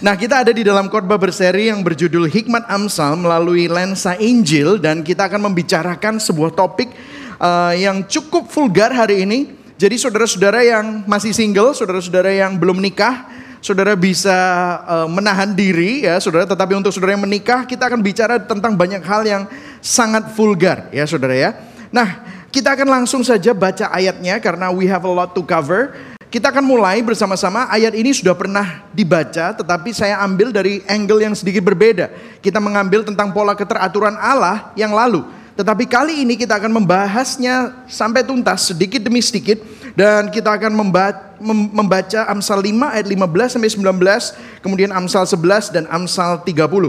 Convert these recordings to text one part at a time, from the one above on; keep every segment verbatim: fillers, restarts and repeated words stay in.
Nah, kita ada di dalam khotbah berseri yang berjudul Hikmat Amsal melalui lensa Injil, dan kita akan membicarakan sebuah topik uh, yang cukup vulgar hari ini. Jadi saudara-saudara yang masih single, saudara-saudara yang belum nikah, saudara bisa uh, menahan diri ya saudara. Tetapi untuk saudara yang menikah, kita akan bicara tentang banyak hal yang sangat vulgar ya saudara ya. Nah, kita akan langsung saja baca ayatnya karena we have a lot to cover. Kita akan mulai bersama-sama. Ayat ini sudah pernah dibaca, tetapi saya ambil dari angle yang sedikit berbeda. Kita mengambil tentang pola keteraturan Allah yang lalu. Tetapi kali ini kita akan membahasnya sampai tuntas sedikit demi sedikit. Dan kita akan membaca, membaca Amsal lima ayat lima belas sampai sembilan belas. Kemudian Amsal sebelas dan Amsal tiga puluh.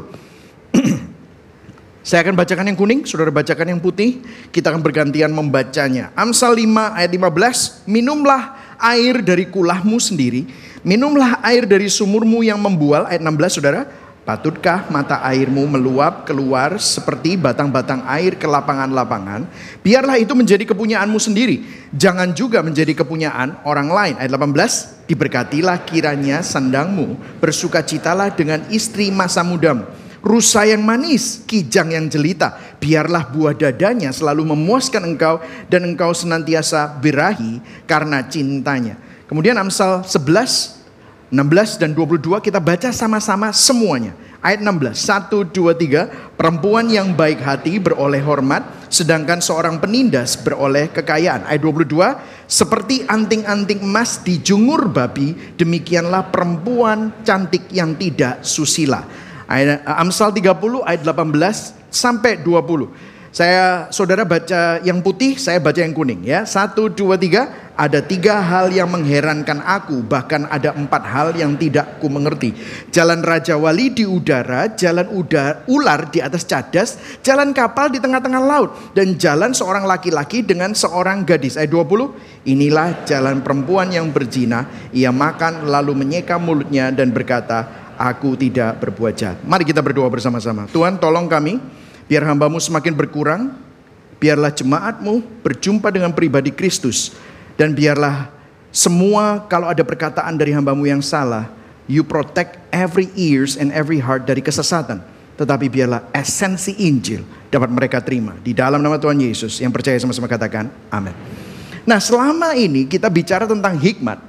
Saya akan bacakan yang kuning, saudara bacakan yang putih. Kita akan bergantian membacanya. Amsal lima ayat lima belas. Minumlah air dari kulahmu sendiri, minumlah air dari sumurmu yang membual. Ayat enam belas saudara. Patutkah mata airmu meluap keluar seperti batang-batang air ke lapangan-lapangan? Biarlah itu menjadi kepunyaanmu sendiri, jangan juga menjadi kepunyaan orang lain. Ayat delapan belas. Diberkatilah kiranya sandangmu, bersukacitalah dengan istri masa mudamu. Rusa yang manis, kijang yang jelita, biarlah buah dadanya selalu memuaskan engkau, dan engkau senantiasa birahi karena cintanya. Kemudian Amsal sebelas, enam belas dan dua puluh dua kita baca sama-sama semuanya. Ayat enam belas, satu, dua, tiga. Perempuan yang baik hati beroleh hormat, sedangkan seorang penindas beroleh kekayaan. Ayat dua puluh dua, seperti anting-anting emas di jungur babi, demikianlah perempuan cantik yang tidak susila. Ayat, Amsal tiga puluh ayat delapan belas sampai dua puluh. Saya saudara baca yang putih, saya baca yang kuning ya. Satu, dua, tiga. Ada tiga hal yang mengherankan aku, bahkan ada empat hal yang tidak ku mengerti. Jalan Raja Wali di udara, jalan udara, ular di atas cadas, jalan kapal di tengah-tengah laut, dan jalan seorang laki-laki dengan seorang gadis. Ayat dua puluh. Inilah jalan perempuan yang berzina, ia makan lalu menyeka mulutnya dan berkata, aku tidak berbuat jahat. Mari kita berdoa bersama-sama. Tuhan, tolong kami, biar hamba-Mu semakin berkurang, biarlah jemaat-Mu berjumpa dengan pribadi Kristus, dan biarlah semua kalau ada perkataan dari hamba-Mu yang salah, You protect every ears and every heart dari kesesatan. Tetapi biarlah esensi Injil dapat mereka terima. Di dalam nama Tuhan Yesus, yang percaya sama-sama katakan amin. Nah, selama ini kita bicara tentang hikmat.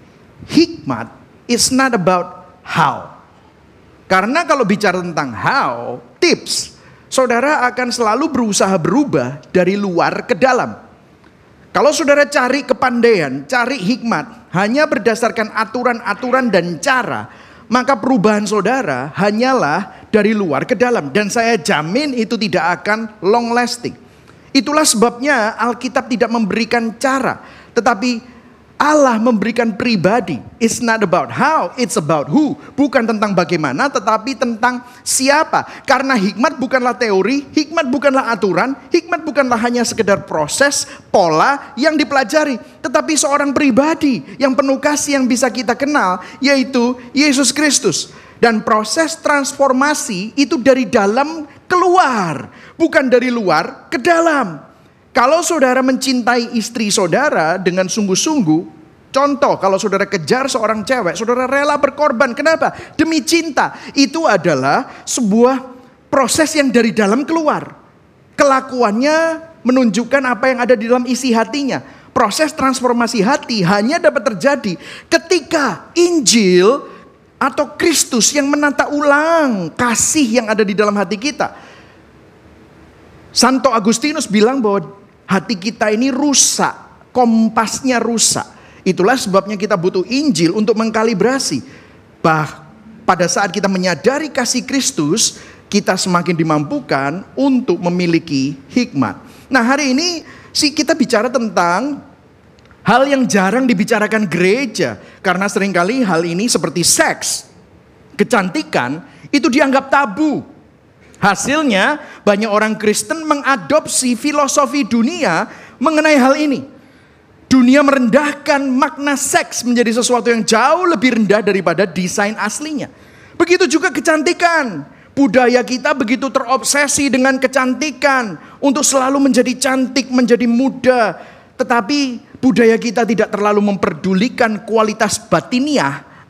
Hikmat is not about how. Karena kalau bicara tentang how, tips, saudara akan selalu berusaha berubah dari luar ke dalam. Kalau saudara cari kepandaian, cari hikmat, hanya berdasarkan aturan-aturan dan cara, maka perubahan saudara hanyalah dari luar ke dalam. Dan saya jamin itu tidak akan long lasting. Itulah sebabnya Alkitab tidak memberikan cara, tetapi Allah memberikan pribadi. It's not about how, it's about who. Bukan tentang bagaimana, tetapi tentang siapa. Karena hikmat bukanlah teori, hikmat bukanlah aturan, hikmat bukanlah hanya sekedar proses, pola yang dipelajari, tetapi seorang pribadi yang penuh kasih yang bisa kita kenal, yaitu Yesus Kristus. Dan proses transformasi itu dari dalam keluar, bukan dari luar ke dalam. Kalau saudara mencintai istri saudara dengan sungguh-sungguh, contoh kalau saudara kejar seorang cewek, saudara rela berkorban. Kenapa? Demi cinta. Itu adalah sebuah proses yang dari dalam keluar. Kelakuannya menunjukkan apa yang ada di dalam isi hatinya. Proses transformasi hati hanya dapat terjadi ketika Injil atau Kristus yang menata ulang kasih yang ada di dalam hati kita. Santo Agustinus bilang bahwa hati kita ini rusak, kompasnya rusak. Itulah sebabnya kita butuh Injil untuk mengkalibrasi. Bah, pada saat kita menyadari kasih Kristus, kita semakin dimampukan untuk memiliki hikmat. Nah, hari ini sih kita bicara tentang hal yang jarang dibicarakan gereja. Karena seringkali hal ini seperti seks, kecantikan, itu dianggap tabu. Hasilnya banyak orang Kristen mengadopsi filosofi dunia mengenai hal ini. Dunia merendahkan makna seks menjadi sesuatu yang jauh lebih rendah daripada desain aslinya. Begitu juga kecantikan. Budaya kita begitu terobsesi dengan kecantikan, untuk selalu menjadi cantik, menjadi muda. Tetapi budaya kita tidak terlalu memperdulikan kualitas batiniah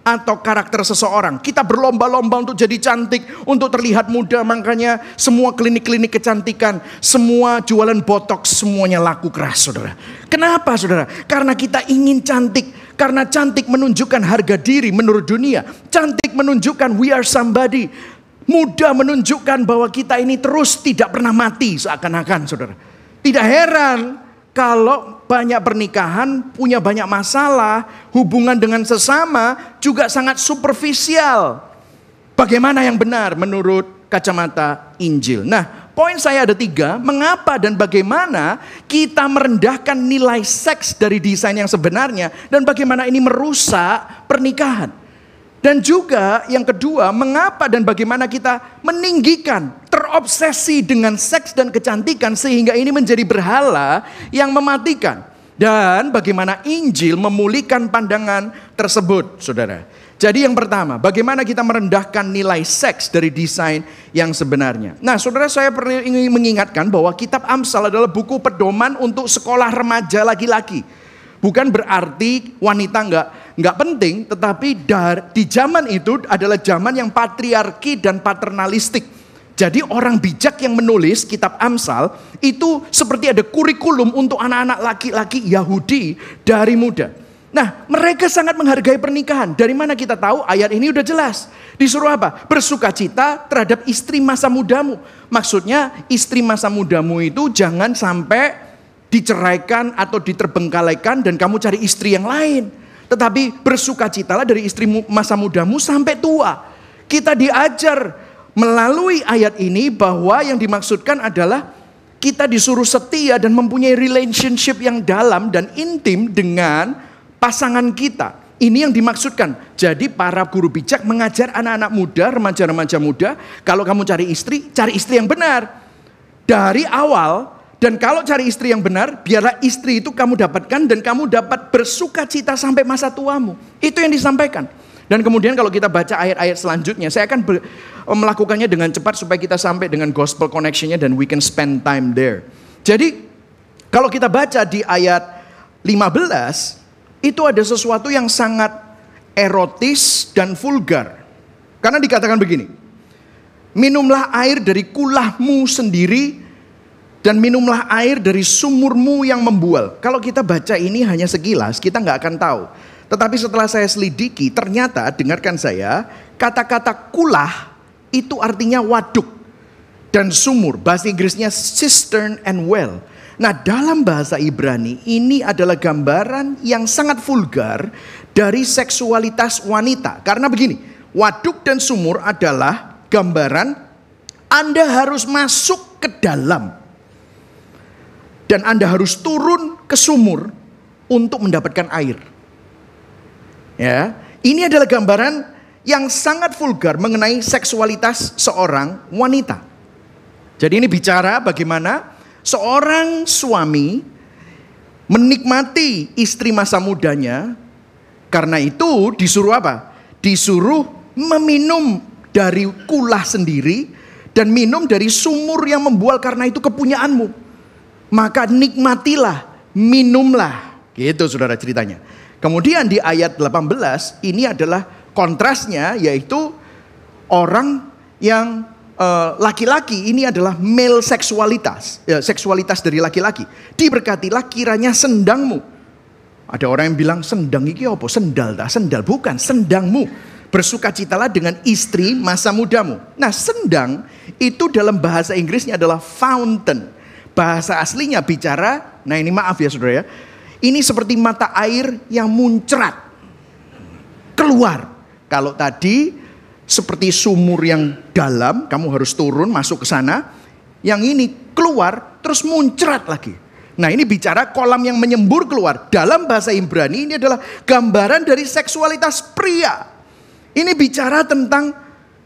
atau karakter seseorang. Kita berlomba-lomba untuk jadi cantik, untuk terlihat muda. Makanya semua klinik-klinik kecantikan, semua jualan botox, semuanya laku keras, saudara. Kenapa, saudara? Karena kita ingin cantik. Karena cantik menunjukkan harga diri menurut dunia. Cantik menunjukkan we are somebody. Muda menunjukkan bahwa kita ini terus tidak pernah mati seakan-akan, saudara. Tidak heran kalau banyak pernikahan punya banyak masalah, hubungan dengan sesama juga sangat superficial. Bagaimana yang benar menurut kacamata Injil? Nah, poin saya ada tiga. Mengapa dan bagaimana kita merendahkan nilai seks dari desain yang sebenarnya, dan bagaimana ini merusak pernikahan. Dan juga yang kedua, mengapa dan bagaimana kita meninggikan, terobsesi dengan seks dan kecantikan sehingga ini menjadi berhala yang mematikan. Dan bagaimana Injil memulihkan pandangan tersebut, saudara. Jadi yang pertama, bagaimana kita merendahkan nilai seks dari desain yang sebenarnya. Nah, saudara, saya perlu ingin mengingatkan bahwa kitab Amsal adalah buku pedoman untuk sekolah remaja laki-laki. Bukan berarti wanita enggak, enggak penting, tetapi dar, di zaman itu adalah zaman yang patriarki dan paternalistik. Jadi orang bijak yang menulis kitab Amsal itu seperti ada kurikulum untuk anak-anak laki-laki Yahudi dari muda. Nah, mereka sangat menghargai pernikahan. Dari mana kita tahu? Ayat ini udah jelas. Disuruh apa? Bersukacita terhadap istri masa mudamu. Maksudnya istri masa mudamu itu jangan sampai diceraikan atau diterbengkalaikan dan kamu cari istri yang lain. Tetapi bersukacitalah dari istri masa mudamu sampai tua. Kita diajar melalui ayat ini bahwa yang dimaksudkan adalah kita disuruh setia dan mempunyai relationship yang dalam dan intim dengan pasangan kita. Ini yang dimaksudkan. Jadi para guru bijak mengajar anak-anak muda, remaja-remaja muda, kalau kamu cari istri, cari istri yang benar. Dari awal. Dan kalau cari istri yang benar, biarlah istri itu kamu dapatkan dan kamu dapat bersuka cita sampai masa tuamu. Itu yang disampaikan. Dan kemudian kalau kita baca ayat-ayat selanjutnya, saya akan ber, melakukannya dengan cepat supaya kita sampai dengan gospel connection-nya dan we can spend time there. Jadi kalau kita baca di ayat lima belas, itu ada sesuatu yang sangat erotis dan vulgar. Karena dikatakan begini, minumlah air dari kulahmu sendiri, dan minumlah air dari sumurmu yang membual. Kalau kita baca ini hanya sekilas, kita nggak akan tahu. Tetapi setelah saya selidiki, ternyata, dengarkan saya, kata-kata kulah itu artinya waduk dan sumur. Bahasa Inggrisnya cistern and well. Nah, dalam bahasa Ibrani ini adalah gambaran yang sangat vulgar dari seksualitas wanita. Karena begini, waduk dan sumur adalah gambaran Anda harus masuk ke dalam. Dan Anda harus turun ke sumur untuk mendapatkan air. Ya, ini adalah gambaran yang sangat vulgar mengenai seksualitas seorang wanita. Jadi ini bicara bagaimana seorang suami menikmati istri masa mudanya. Karena itu disuruh apa? Disuruh meminum dari kulah sendiri dan minum dari sumur yang membual, karena itu kepunyaanmu. Maka nikmatilah, minumlah. Gitu saudara ceritanya. Kemudian di ayat delapan belas ini adalah kontrasnya, yaitu orang yang uh, laki-laki ini adalah male seksualitas. Ya, seksualitas dari laki-laki. Diberkatilah kiranya sendangmu. Ada orang yang bilang sendang iki apa? Sendal dah, sendal bukan, sendangmu. Bersukacitalah dengan istri masa mudamu. Nah, sendang itu dalam bahasa Inggrisnya adalah fountain. Bahasa aslinya bicara, nah ini maaf ya saudara ya, ini seperti mata air yang muncrat keluar. Kalau tadi seperti sumur yang dalam, kamu harus turun masuk ke sana. Yang ini keluar terus muncrat lagi. Nah ini bicara kolam yang menyembur keluar. Dalam bahasa Ibrani ini adalah gambaran dari seksualitas pria. Ini bicara tentang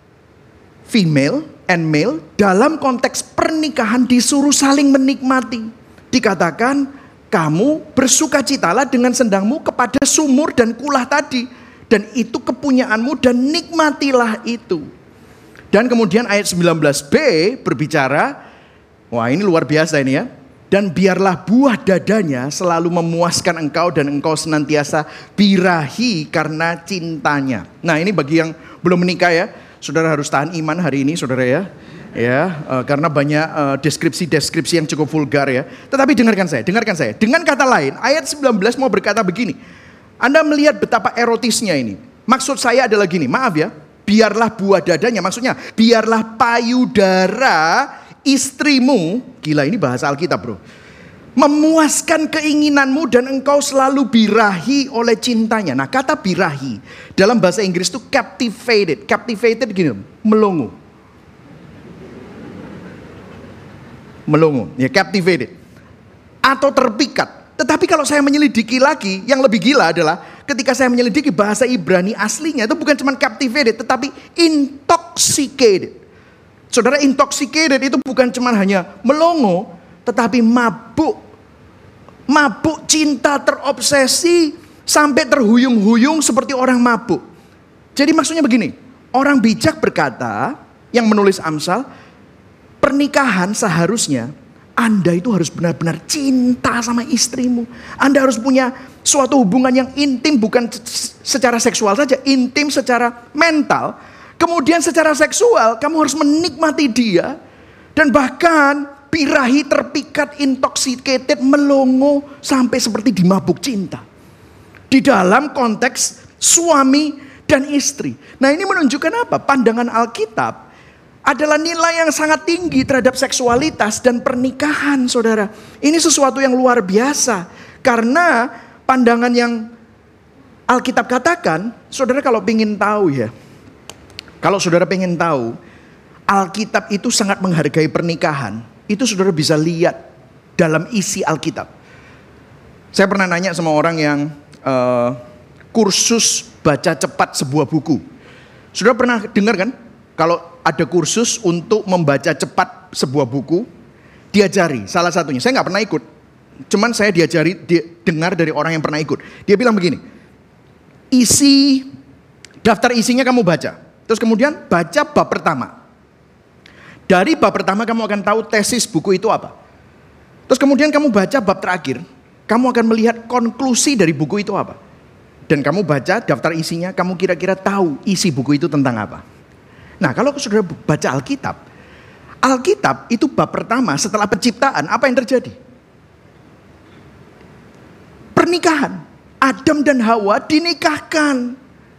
female and male dalam konteks pernikahan disuruh saling menikmati. Dikatakan kamu bersukacitalah dengan sendangmu kepada sumur dan kulah tadi. Dan itu kepunyaanmu dan nikmatilah itu. Dan kemudian ayat sembilan belas b berbicara, wah ini luar biasa ini ya. Dan biarlah buah dadanya selalu memuaskan engkau dan engkau senantiasa birahi karena cintanya. Nah, ini bagi yang belum menikah ya, saudara harus tahan iman hari ini saudara ya. Ya, uh, karena banyak uh, deskripsi-deskripsi yang cukup vulgar ya. Tetapi dengarkan saya, dengarkan saya. Dengan kata lain, ayat sembilan belas mau berkata begini. Anda melihat betapa erotisnya ini. Maksud saya adalah gini, maaf ya. Biarlah buah dadanya, maksudnya biarlah payudara istrimu, gila ini bahasa Alkitab bro, memuaskan keinginanmu dan engkau selalu birahi oleh cintanya. Nah, kata birahi dalam bahasa Inggris itu captivated. Captivated gini, melongo. Melongo, ya captivated. Atau terpikat. Tetapi kalau saya menyelidiki lagi, yang lebih gila adalah ketika saya menyelidiki bahasa Ibrani aslinya itu bukan cuma captivated, tetapi intoxicated. Saudara, intoxicated itu bukan cuma hanya melongo, tetapi mabuk. Mabuk cinta, terobsesi, sampai terhuyung-huyung seperti orang mabuk. Jadi maksudnya begini, orang bijak berkata, yang menulis Amsal, pernikahan seharusnya Anda itu harus benar-benar cinta sama istrimu. Anda harus punya suatu hubungan yang intim, bukan secara seksual saja, intim secara mental. Kemudian secara seksual kamu harus menikmati dia. Dan bahkan birahi, terpikat, intoxicated, melongo sampai seperti dimabuk cinta. Di dalam konteks suami dan istri. Nah, ini menunjukkan apa? Pandangan Alkitab adalah nilai yang sangat tinggi terhadap seksualitas dan pernikahan, saudara. Ini sesuatu yang luar biasa. Karena pandangan yang Alkitab katakan, saudara kalau ingin tahu ya, kalau saudara pengen tahu, Alkitab itu sangat menghargai pernikahan. Itu saudara bisa lihat dalam isi Alkitab. Saya pernah nanya sama orang yang uh, kursus baca cepat sebuah buku. Saudara pernah dengar kan? Kalau ada kursus untuk membaca cepat sebuah buku, diajari salah satunya. Saya nggak pernah ikut. Cuman saya diajari, di, dengar dari orang yang pernah ikut. Dia bilang begini, isi, daftar isinya kamu baca. Terus kemudian baca bab pertama. Dari bab pertama kamu akan tahu tesis buku itu apa. Terus kemudian kamu baca bab terakhir. Kamu akan melihat konklusi dari buku itu apa. Dan kamu baca daftar isinya, kamu kira-kira tahu isi buku itu tentang apa. Nah, kalau saudara baca Alkitab, Alkitab itu bab pertama setelah penciptaan, apa yang terjadi? Pernikahan. Adam dan Hawa dinikahkan.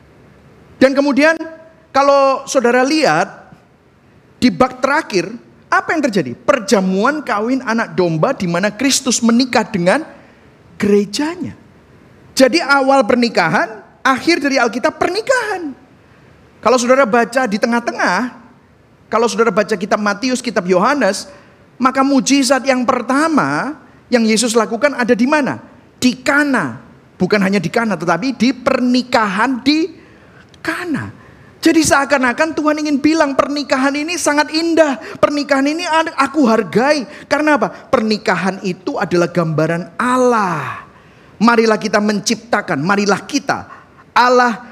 Dan kemudian kalau saudara lihat di bab terakhir, apa yang terjadi? Perjamuan kawin anak domba di mana Kristus menikah dengan gerejanya. Jadi awal pernikahan, akhir dari Alkitab pernikahan. Kalau saudara baca di tengah-tengah, kalau saudara baca kitab Matius, kitab Yohanes, maka mujizat yang pertama yang Yesus lakukan ada di mana? Di Kana. Bukan hanya di Kana, tetapi di pernikahan di Kana. Jadi seakan-akan Tuhan ingin bilang pernikahan ini sangat indah. Pernikahan ini aku hargai. Karena apa? Pernikahan itu adalah gambaran Allah. Marilah kita menciptakan, marilah kita. Allah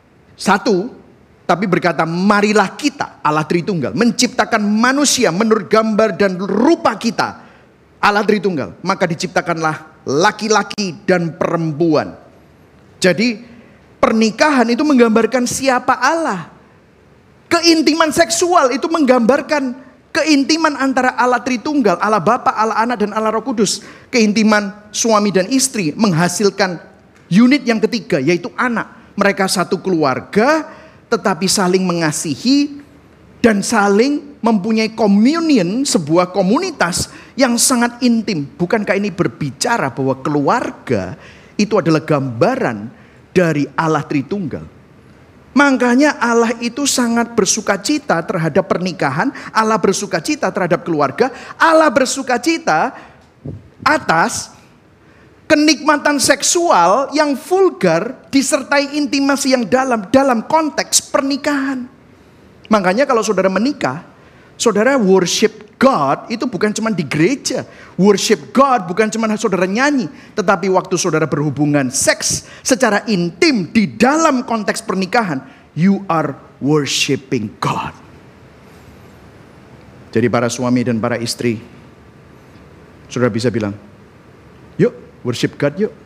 satu, tapi berkata marilah kita, Allah Tritunggal, menciptakan manusia menurut gambar dan rupa kita, Allah Tritunggal. Maka diciptakanlah laki-laki dan perempuan. Jadi pernikahan itu menggambarkan siapa Allah. Keintiman seksual itu menggambarkan keintiman antara Allah Tritunggal, Allah Bapa, Allah Anak, dan Allah Roh Kudus. Keintiman suami dan istri menghasilkan unit yang ketiga, yaitu anak. Mereka satu keluarga, tetapi saling mengasihi dan saling mempunyai communion, sebuah komunitas yang sangat intim. Bukankah ini berbicara bahwa keluarga itu adalah gambaran dari Allah Tritunggal? Makanya Allah itu sangat bersukacita terhadap pernikahan, Allah bersukacita terhadap keluarga, Allah bersukacita atas kenikmatan seksual yang vulgar disertai intimasi yang dalam dalam konteks pernikahan. Makanya kalau saudara menikah, saudara worship God itu bukan cuma di gereja. Worship God bukan cuma saudara nyanyi, tetapi waktu saudara berhubungan seks secara intim di dalam konteks pernikahan, you are worshiping God. Jadi para suami dan para istri, Saudara bisa bilang, yuk worship God yuk.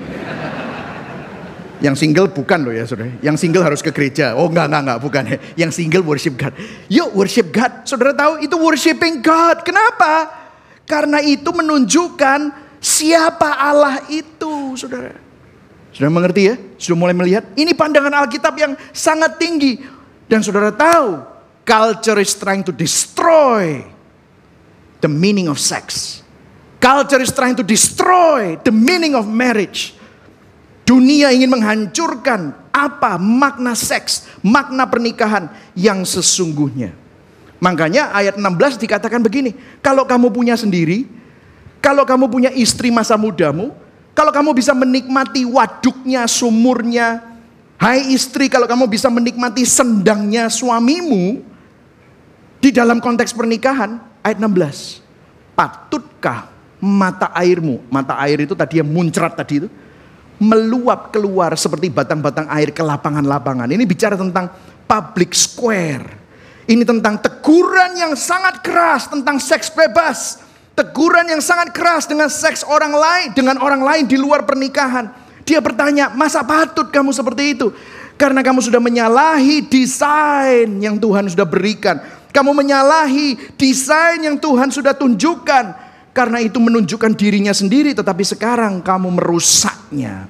Yang single bukan loh ya saudara. Yang single harus ke gereja. Oh enggak, enggak, enggak, bukan ya. Yang single worship God. Yuk worship God. Saudara tahu itu worshiping God. Kenapa? Karena itu menunjukkan siapa Allah itu, saudara. Sudah mengerti ya? Sudah mulai melihat? Ini pandangan Alkitab yang sangat tinggi. Dan saudara tahu, culture is trying to destroy the meaning of sex. Culture is trying to destroy the meaning of marriage. Dunia ingin menghancurkan apa makna seks, makna pernikahan yang sesungguhnya. Makanya ayat enam belas dikatakan begini, kalau kamu punya sendiri, kalau kamu punya istri masa mudamu, kalau kamu bisa menikmati waduknya, sumurnya, hai istri, kalau kamu bisa menikmati sendangnya suamimu, di dalam konteks pernikahan, ayat enam belas, patutkah mata airmu, mata air itu tadi yang muncrat tadi itu, meluap keluar seperti batang-batang air ke lapangan-lapangan. Ini bicara tentang public square. Ini tentang teguran yang sangat keras tentang seks bebas. Teguran yang sangat keras dengan seks orang lain, dengan orang lain di luar pernikahan. Dia bertanya, masa patut kamu seperti itu? Karena kamu sudah menyalahi desain yang Tuhan sudah berikan. Kamu menyalahi desain yang Tuhan sudah tunjukkan. Karena itu menunjukkan dirinya sendiri, tetapi sekarang kamu merusaknya.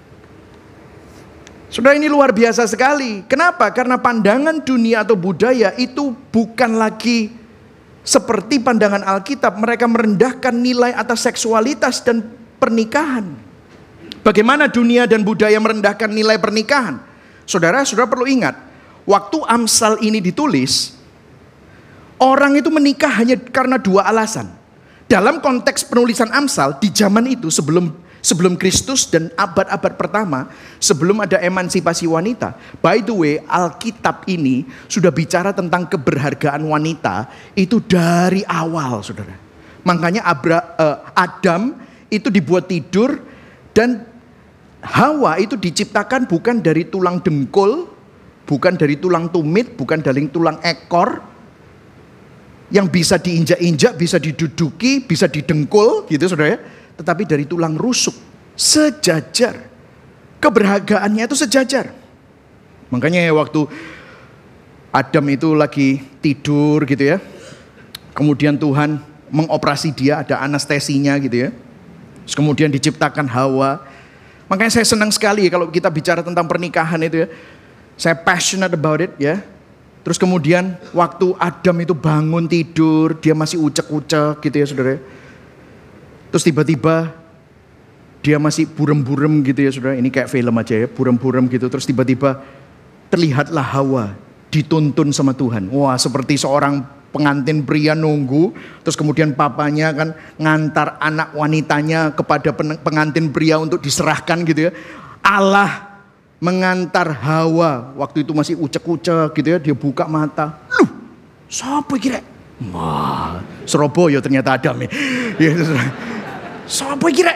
Saudara, ini luar biasa sekali. Kenapa? Karena pandangan dunia atau budaya itu bukan lagi seperti pandangan Alkitab. Mereka merendahkan nilai atas seksualitas dan pernikahan. Bagaimana dunia dan budaya merendahkan nilai pernikahan? Saudara, saudara perlu ingat, waktu Amsal ini ditulis, orang itu menikah hanya karena dua alasan. Dalam konteks penulisan Amsal di zaman itu sebelum sebelum Kristus dan abad-abad pertama, sebelum ada emansipasi wanita. By the way, Alkitab ini sudah bicara tentang keberhargaan wanita itu dari awal, saudara. Makanya Abra, uh, Adam itu dibuat tidur dan Hawa itu diciptakan bukan dari tulang dengkul, bukan dari tulang tumit, bukan dari tulang ekor, yang bisa diinjak-injak, bisa diduduki, bisa didengkul gitu saudara ya. Tetapi dari tulang rusuk, sejajar. Keberhargaannya itu sejajar. Makanya waktu Adam itu lagi tidur gitu ya. Kemudian Tuhan mengoperasi dia, ada anestesinya gitu ya. Terus kemudian diciptakan Hawa. Makanya saya senang sekali kalau kita bicara tentang pernikahan itu ya. Saya passionate about it ya. Terus kemudian waktu Adam itu bangun tidur, dia masih ucek-ucek gitu ya saudara. Terus tiba-tiba dia masih burem-burem gitu ya saudara. Ini kayak film aja ya, burem-burem gitu. Terus tiba-tiba terlihatlah Hawa dituntun sama Tuhan. Wah, seperti seorang pengantin pria nunggu. Terus kemudian papanya kan ngantar anak wanitanya kepada pengantin pria untuk diserahkan gitu ya. Allah mengantar Hawa, waktu itu masih ucek-ucek gitu ya, dia buka mata. Loh, siapa kira? Wah, Surabaya ternyata Adam ya. Siapa kira?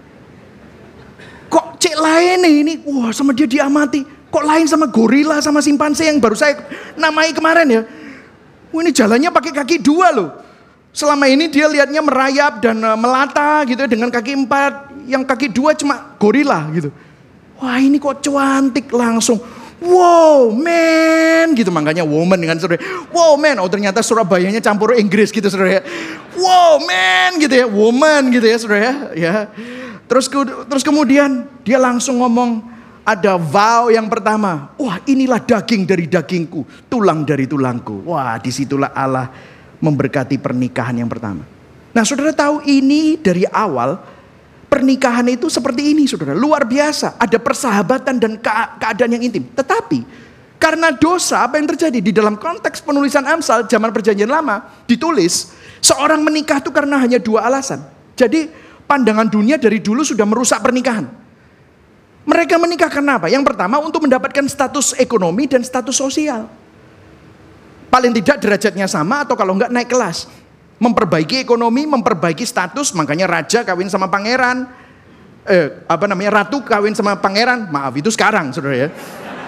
Kok cek lain nih ini? Wah, sama dia diamati. Kok lain sama gorila sama simpanse yang baru saya namai kemarin ya? Wah, ini jalannya pakai kaki dua loh. Selama ini dia lihatnya merayap dan melata gitu ya, dengan kaki empat. Yang kaki dua cuma gorila gitu. Wah, ini kok cantik langsung. Wow man gitu, makanya woman dengan saudara. Wow man, oh ternyata Surabayanya campur Inggris gitu saudara ya. Wow man gitu ya, woman gitu ya saudara ya. Ya. Terus terus kemudian dia langsung ngomong, ada vow yang pertama. Wah, inilah daging dari dagingku, tulang dari tulangku. Wah, disitulah Allah memberkati pernikahan yang pertama. Nah saudara tahu ini dari awal. Pernikahan itu seperti ini saudara, luar biasa. Ada persahabatan dan keadaan yang intim. Tetapi karena dosa, apa yang terjadi di dalam konteks penulisan Amsal zaman perjanjian lama ditulis, seorang menikah itu karena hanya dua alasan. Jadi pandangan dunia dari dulu sudah merusak pernikahan. Mereka menikah karena apa? Yang pertama untuk mendapatkan status ekonomi dan status sosial. Paling tidak derajatnya sama atau kalau enggak naik kelas. Memperbaiki ekonomi, memperbaiki status, makanya raja kawin sama pangeran, eh, apa namanya ratu kawin sama pangeran. Maaf, itu sekarang, saudara ya.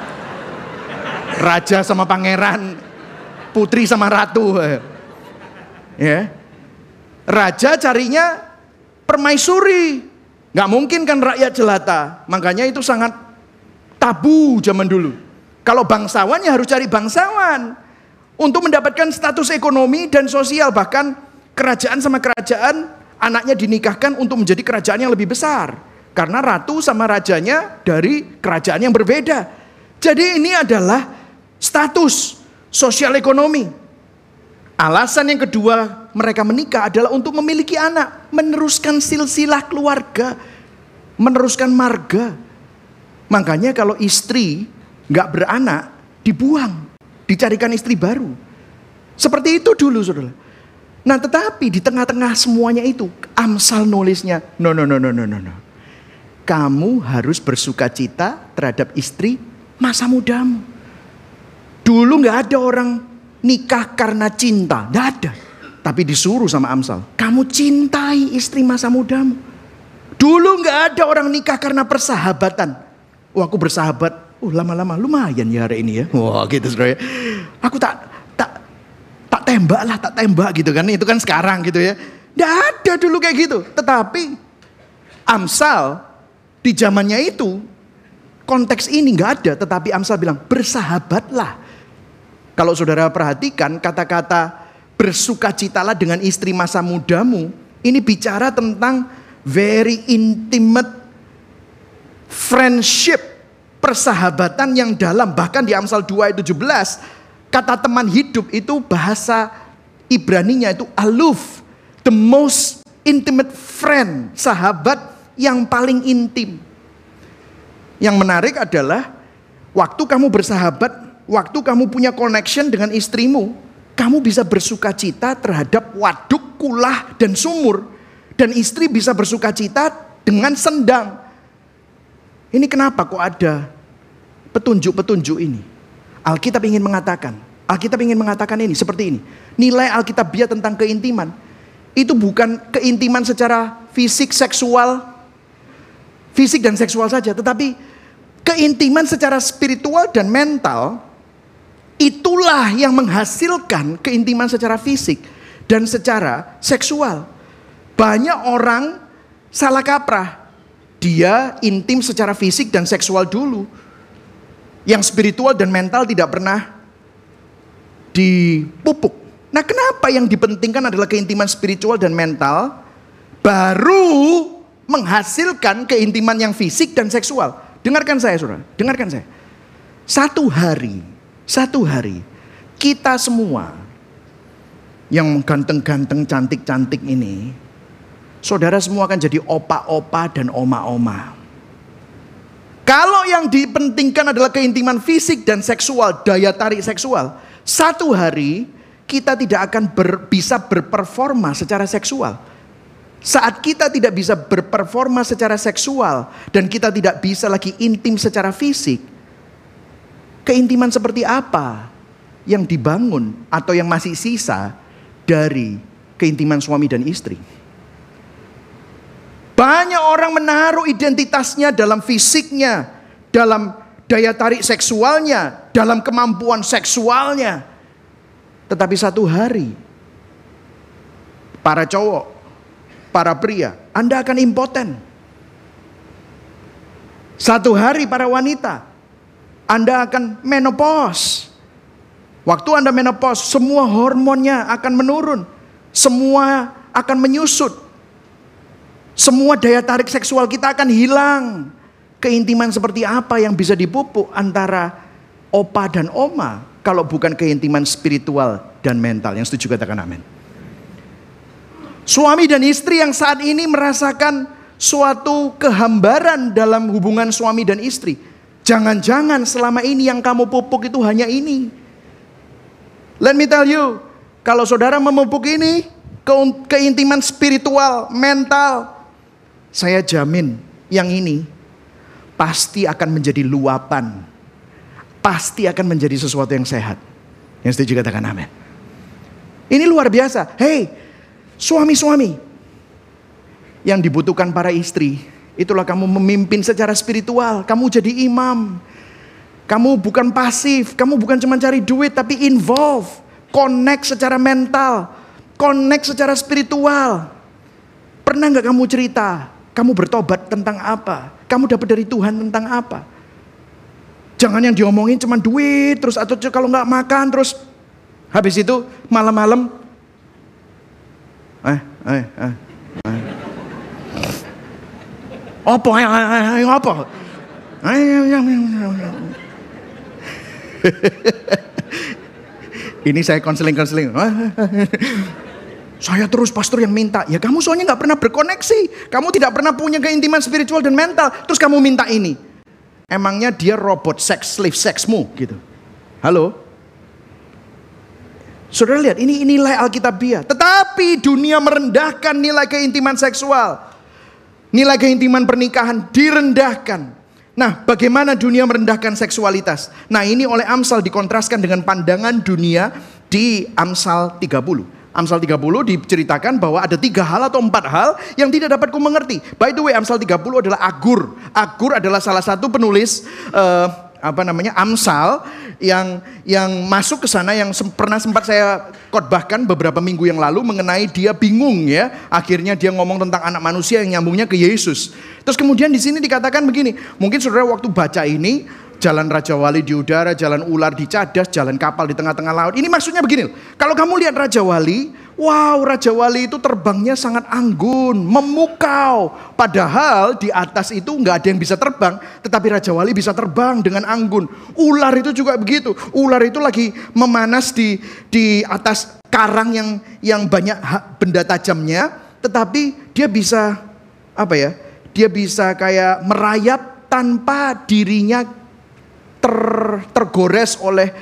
Raja sama pangeran, putri sama ratu, ya. Raja carinya permaisuri. Nggak mungkin kan rakyat jelata. Makanya itu sangat tabu zaman dulu. Kalau bangsawan ya harus cari bangsawan. Untuk mendapatkan status ekonomi dan sosial. Bahkan kerajaan sama kerajaan anaknya dinikahkan untuk menjadi kerajaan yang lebih besar. Karena ratu sama rajanya dari kerajaan yang berbeda. Jadi ini adalah status sosial ekonomi. Alasan yang kedua mereka menikah adalah untuk memiliki anak. Meneruskan silsilah keluarga. Meneruskan marga. Makanya kalau istri gak beranak, dibuang. Dicarikan istri baru. Seperti itu dulu saudara. Nah tetapi di tengah-tengah semuanya itu, Amsal nulisnya, no no no no no no no. Kamu harus bersuka cita terhadap istri masa mudamu. Dulu gak ada orang nikah karena cinta, gak ada. Tapi disuruh sama Amsal, kamu cintai istri masa mudamu. Dulu gak ada orang nikah karena persahabatan. Wah aku bersahabat, oh lama-lama lumayan ya hari ini ya. Wah gitu saudara. Aku tak tak tak tembak lah, tak tembak gitu kan. Itu kan sekarang gitu ya. Gak ada dulu kayak gitu. Tetapi Amsal di zamannya itu konteks ini gak ada. Tetapi Amsal bilang bersahabatlah. Kalau saudara perhatikan kata-kata bersukacitalah dengan istri masa mudamu. Ini bicara tentang very intimate friendship. Persahabatan yang dalam. Bahkan di Amsal dua ayat tujuh belas. Kata teman hidup itu bahasa Ibraninya itu aluf. The most intimate friend. Sahabat yang paling intim. Yang menarik adalah waktu kamu bersahabat, waktu kamu punya connection dengan istrimu, kamu bisa bersuka cita terhadap waduk, kulah, dan sumur. Dan istri bisa bersuka cita dengan sendang. Ini kenapa kok ada petunjuk-petunjuk ini? Alkitab ingin mengatakan, Alkitab ingin mengatakan ini, seperti ini. Nilai Alkitabiah tentang keintiman, itu bukan keintiman secara fisik, seksual, fisik dan seksual saja. Tetapi keintiman secara spiritual dan mental, itulah yang menghasilkan keintiman secara fisik dan secara seksual. Banyak orang salah kaprah. Dia intim secara fisik dan seksual dulu. Yang spiritual dan mental tidak pernah dipupuk. Nah kenapa yang dipentingkan adalah keintiman spiritual dan mental, baru menghasilkan keintiman yang fisik dan seksual. Dengarkan saya saudara, dengarkan saya. Satu hari, satu hari, kita semua yang ganteng-ganteng, cantik-cantik ini, saudara semua akan jadi opa-opa dan oma-oma. Kalau yang dipentingkan adalah keintiman fisik dan seksual, daya tarik seksual, satu hari kita tidak akan ber, bisa berperforma secara seksual. Saat kita tidak bisa berperforma secara seksual dan kita tidak bisa lagi intim secara fisik, keintiman seperti apa yang dibangun atau yang masih sisa dari keintiman suami dan istri? Banyak orang menaruh identitasnya dalam fisiknya, dalam daya tarik seksualnya, dalam kemampuan seksualnya. Tetapi satu hari, para cowok, para pria, Anda akan impoten. Satu hari para wanita, Anda akan menopause. Waktu Anda menopause, semua hormonnya akan menurun. Semua akan menyusut. Semua daya tarik seksual kita akan hilang. Keintiman seperti apa yang bisa dipupuk antara opa dan oma, kalau bukan keintiman spiritual dan mental? Yang setuju katakan amin. Suami dan istri yang saat ini merasakan suatu kehambaran dalam hubungan suami dan istri. Jangan-jangan selama ini yang kamu pupuk itu hanya ini. Let me tell you, kalau saudara memupuk ini, ke- keintiman spiritual, mental, saya jamin yang ini pasti akan menjadi luapan. Pasti akan menjadi sesuatu yang sehat. Yang setuju katakan amin. Ini luar biasa. Hei, suami-suami, yang dibutuhkan para istri, itulah kamu memimpin secara spiritual. Kamu jadi imam. Kamu bukan pasif. Kamu bukan cuma cari duit, tapi involve. Connect secara mental. Connect secara spiritual. Pernah nggak kamu cerita, kamu bertobat tentang apa? Kamu dapat dari Tuhan tentang apa? Jangan yang diomongin cuma duit, terus atau kalau nggak makan, terus habis itu malam-malam, eh, eh, eh, eh. Apa, eh, eh, eh, apa? Ini saya konseling-konseling. Saya terus pastor yang minta. Ya kamu soalnya nggak pernah berkoneksi. Kamu tidak pernah punya keintiman spiritual dan mental. Terus kamu minta ini. Emangnya dia robot seks, slave seksmu gitu. Halo? Saudara lihat, ini nilai Alkitabiah. Tetapi dunia merendahkan nilai keintiman seksual. Nilai keintiman pernikahan direndahkan. Nah, bagaimana dunia merendahkan seksualitas? Nah, ini oleh Amsal dikontraskan dengan pandangan dunia di Amsal tiga puluh. Amsal tiga puluh diceritakan bahwa ada tiga hal atau empat hal yang tidak dapat ku mengerti. By the way, Amsal tiga puluh adalah Agur. Agur adalah salah satu penulis uh, apa namanya Amsal yang yang masuk ke sana, yang sem- pernah sempat saya khotbahkan beberapa minggu yang lalu mengenai dia bingung ya. Akhirnya dia ngomong tentang anak manusia yang nyambungnya ke Yesus. Terus kemudian di sini dikatakan begini, mungkin saudara waktu baca ini, jalan Raja Wali di udara, jalan ular di cadas, jalan kapal di tengah-tengah laut. Ini maksudnya begini, kalau kamu lihat Raja Wali, wow, Raja Wali itu terbangnya sangat anggun, memukau. Padahal di atas itu nggak ada yang bisa terbang, tetapi Raja Wali bisa terbang dengan anggun. Ular itu juga begitu. Ular itu lagi memanas di di atas karang yang yang banyak benda tajamnya, tetapi dia bisa apa ya? Dia bisa kayak merayap tanpa dirinya ter, tergores oleh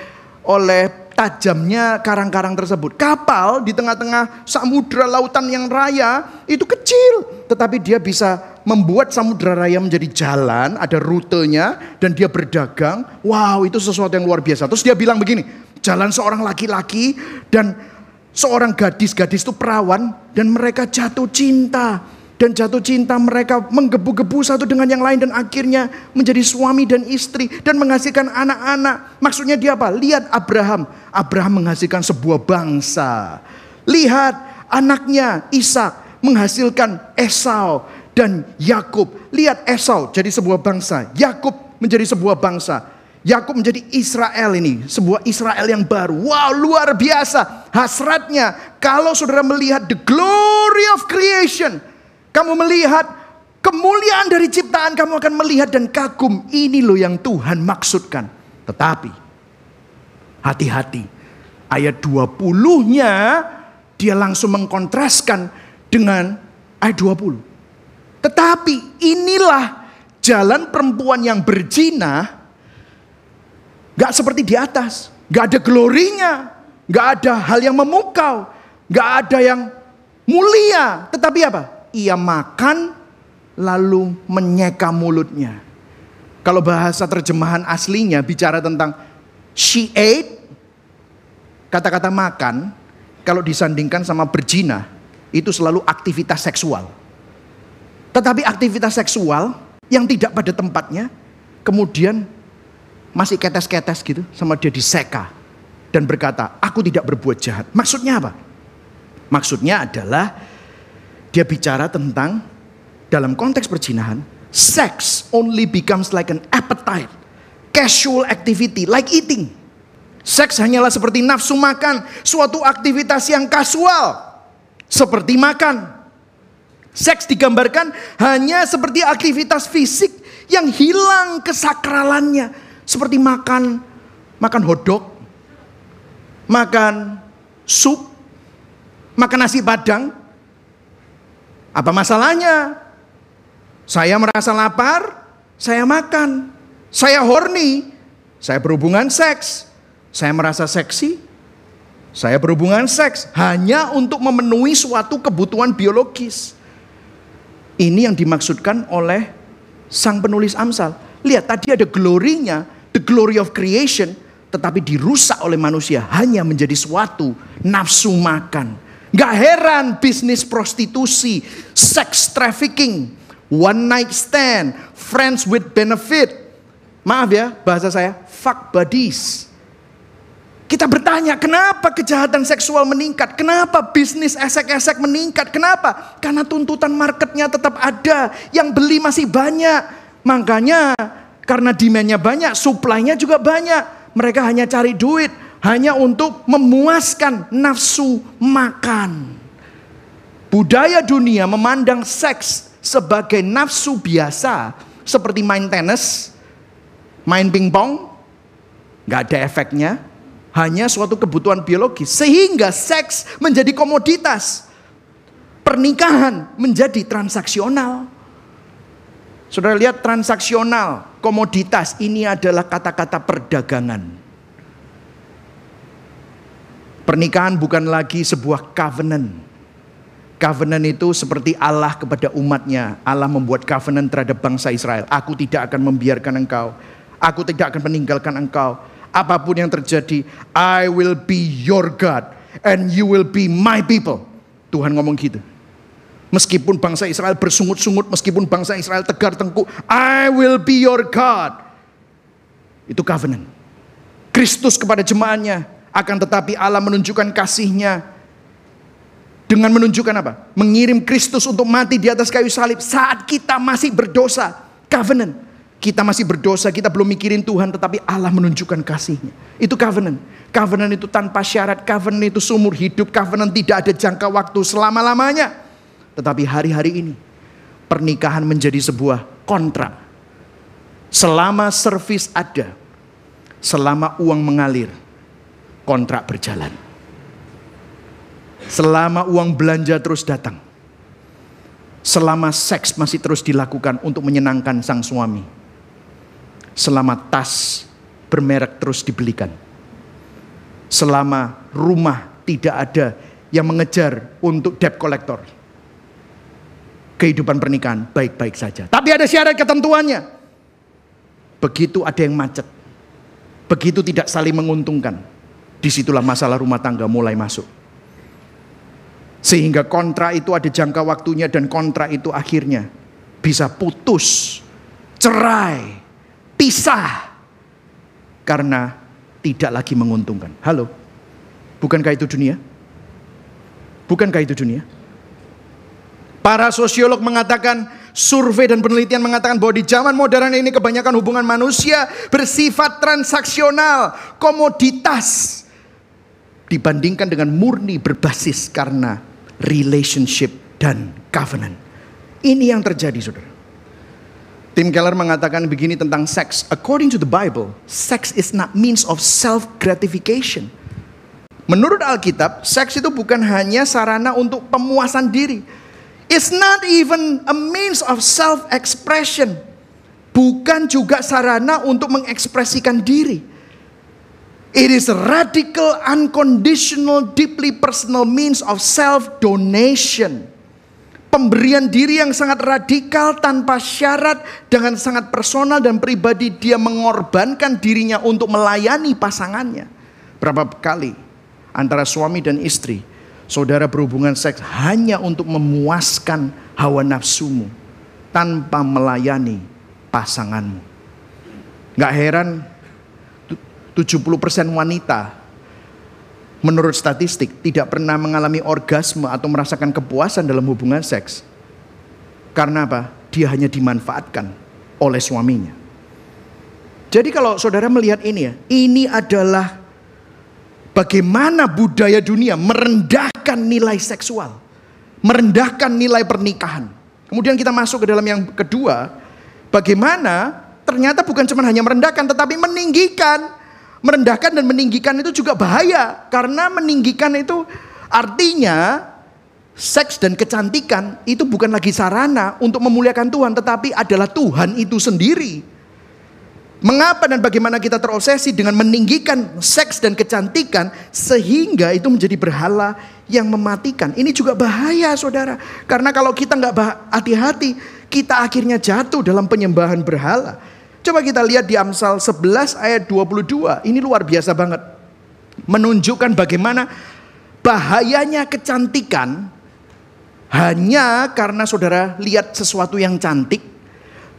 oleh tajamnya karang-karang tersebut. Kapal di tengah-tengah samudra lautan yang raya itu kecil, tetapi dia bisa membuat samudra raya menjadi jalan, ada rutenya, dan dia berdagang. Wow, itu sesuatu yang luar biasa. Terus dia bilang begini, jalan seorang laki-laki dan seorang gadis, gadis itu perawan, dan mereka jatuh cinta. Dan jatuh cinta mereka menggebu-gebu satu dengan yang lain, dan akhirnya menjadi suami dan istri dan menghasilkan anak-anak. Maksudnya dia apa? Lihat Abraham. Abraham menghasilkan sebuah bangsa. Lihat anaknya Ishak menghasilkan Esau dan Yakub. Lihat Esau jadi sebuah bangsa, Yakub menjadi sebuah bangsa. Yakub menjadi Israel, ini sebuah Israel yang baru. Wow, luar biasa hasratnya. Kalau saudara melihat the glory of creation, kamu melihat kemuliaan dari ciptaan, kamu akan melihat dan kagum. Ini loh yang Tuhan maksudkan. Tetapi hati-hati, ayat dua puluh-nya dia langsung mengkontraskan dengan ayat dua puluh. Tetapi inilah jalan perempuan yang berzina, gak seperti di atas, gak ada glorinya, gak ada hal yang memukau, gak ada yang mulia. Tetapi apa? Ia makan lalu menyeka mulutnya. Kalau bahasa terjemahan aslinya bicara tentang she ate, kata-kata makan kalau disandingkan sama berzina itu selalu aktivitas seksual. Tetapi aktivitas seksual yang tidak pada tempatnya, kemudian masih ketes-ketes gitu, sama dia diseka dan berkata, aku tidak berbuat jahat. Maksudnya apa? Maksudnya adalah dia bicara tentang dalam konteks perzinahan, sex only becomes like an appetite, casual activity like eating. Seks hanyalah seperti nafsu makan, suatu aktivitas yang kasual seperti makan. Seks digambarkan hanya seperti aktivitas fisik yang hilang kesakralannya, seperti makan makan hotdog, makan sup, makan nasi padang. Apa masalahnya? Saya merasa lapar, saya makan. Saya horny, saya berhubungan seks. Saya merasa seksi, saya berhubungan seks. Hanya untuk memenuhi suatu kebutuhan biologis. Ini yang dimaksudkan oleh sang penulis Amsal. Lihat, tadi ada glorinya, the glory of creation, tetapi dirusak oleh manusia hanya menjadi suatu nafsu makan. Gak heran bisnis prostitusi, sex trafficking, one night stand, friends with benefit. Maaf ya bahasa saya, fuck buddies. Kita bertanya, kenapa kejahatan seksual meningkat? Kenapa bisnis esek-esek meningkat? Kenapa? Karena tuntutan marketnya tetap ada. Yang beli masih banyak. Makanya karena demand-nya banyak, supply-nya juga banyak. Mereka hanya cari duit. Hanya untuk memuaskan nafsu makan. Budaya dunia memandang seks sebagai nafsu biasa. Seperti main tenis, main pingpong. Gak ada efeknya. Hanya suatu kebutuhan biologis. Sehingga seks menjadi komoditas. Pernikahan menjadi transaksional. Saudara lihat, transaksional, komoditas, ini adalah kata-kata perdagangan. Pernikahan bukan lagi sebuah covenant. Covenant itu seperti Allah kepada umatnya. Allah membuat covenant terhadap bangsa Israel. Aku tidak akan membiarkan engkau. Aku tidak akan meninggalkan engkau. Apapun yang terjadi, I will be your God and you will be my people. Tuhan ngomong gitu. Meskipun bangsa Israel bersungut-sungut, meskipun bangsa Israel tegar tengkuk, I will be your God. Itu covenant. Kristus kepada jemaatnya, akan tetapi Allah menunjukkan kasih-Nya dengan menunjukkan apa? Mengirim Kristus untuk mati di atas kayu salib saat kita masih berdosa. Covenant. Kita masih berdosa, kita belum mikirin Tuhan, tetapi Allah menunjukkan kasih-Nya. Itu covenant. Covenant itu tanpa syarat, covenant itu seumur hidup, covenant tidak ada jangka waktu selama-lamanya. Tetapi hari-hari ini, pernikahan menjadi sebuah kontrak. Selama servis ada, selama uang mengalir, kontrak berjalan. Selama uang belanja terus datang, selama seks masih terus dilakukan untuk menyenangkan sang suami, selama tas bermerek terus dibelikan, selama rumah tidak ada yang mengejar untuk debt collector, kehidupan pernikahan baik-baik saja. Tapi ada syarat ketentuannya. Begitu ada yang macet, begitu tidak saling menguntungkan, disitulah masalah rumah tangga mulai masuk. Sehingga kontrak itu ada jangka waktunya, dan kontrak itu akhirnya bisa putus, cerai, pisah, karena tidak lagi menguntungkan. Halo, bukankah itu dunia? Bukankah itu dunia? Para sosiolog mengatakan, survei dan penelitian mengatakan bahwa di zaman modern ini kebanyakan hubungan manusia bersifat transaksional, komoditas, dibandingkan dengan murni berbasis karena relationship dan covenant. Ini yang terjadi, saudara. Tim Keller mengatakan begini tentang seks. According to the Bible, sex is not means of self-gratification. Menurut Alkitab, seks itu bukan hanya sarana untuk pemuasan diri. It's not even a means of self-expression. Bukan juga sarana untuk mengekspresikan diri. It is a radical, unconditional, deeply personal means of self-donation. Pemberian diri yang sangat radikal tanpa syarat, dengan sangat personal dan pribadi. Dia mengorbankan dirinya untuk melayani pasangannya. Berapa kali antara suami dan istri, saudara berhubungan seks hanya untuk memuaskan hawa nafsumu tanpa melayani pasanganmu. Gak heran tujuh puluh persen wanita menurut statistik tidak pernah mengalami orgasme atau merasakan kepuasan dalam hubungan seks. Karena apa? Dia hanya dimanfaatkan oleh suaminya. Jadi kalau saudara melihat ini ya, ini adalah bagaimana budaya dunia merendahkan nilai seksual, merendahkan nilai pernikahan. Kemudian kita masuk ke dalam yang kedua, bagaimana ternyata bukan cuma hanya merendahkan, tetapi meninggikan. Merendahkan dan meninggikan itu juga bahaya. Karena meninggikan itu artinya seks dan kecantikan itu bukan lagi sarana untuk memuliakan Tuhan, tetapi adalah Tuhan itu sendiri. Mengapa dan bagaimana kita terobsesi dengan meninggikan seks dan kecantikan sehingga itu menjadi berhala yang mematikan. Ini juga bahaya, saudara. Karena kalau kita nggak hati-hati, kita akhirnya jatuh dalam penyembahan berhala. Coba kita lihat di Amsal sebelas ayat dua puluh dua. Ini luar biasa banget. Menunjukkan bagaimana bahayanya kecantikan hanya karena saudara lihat sesuatu yang cantik,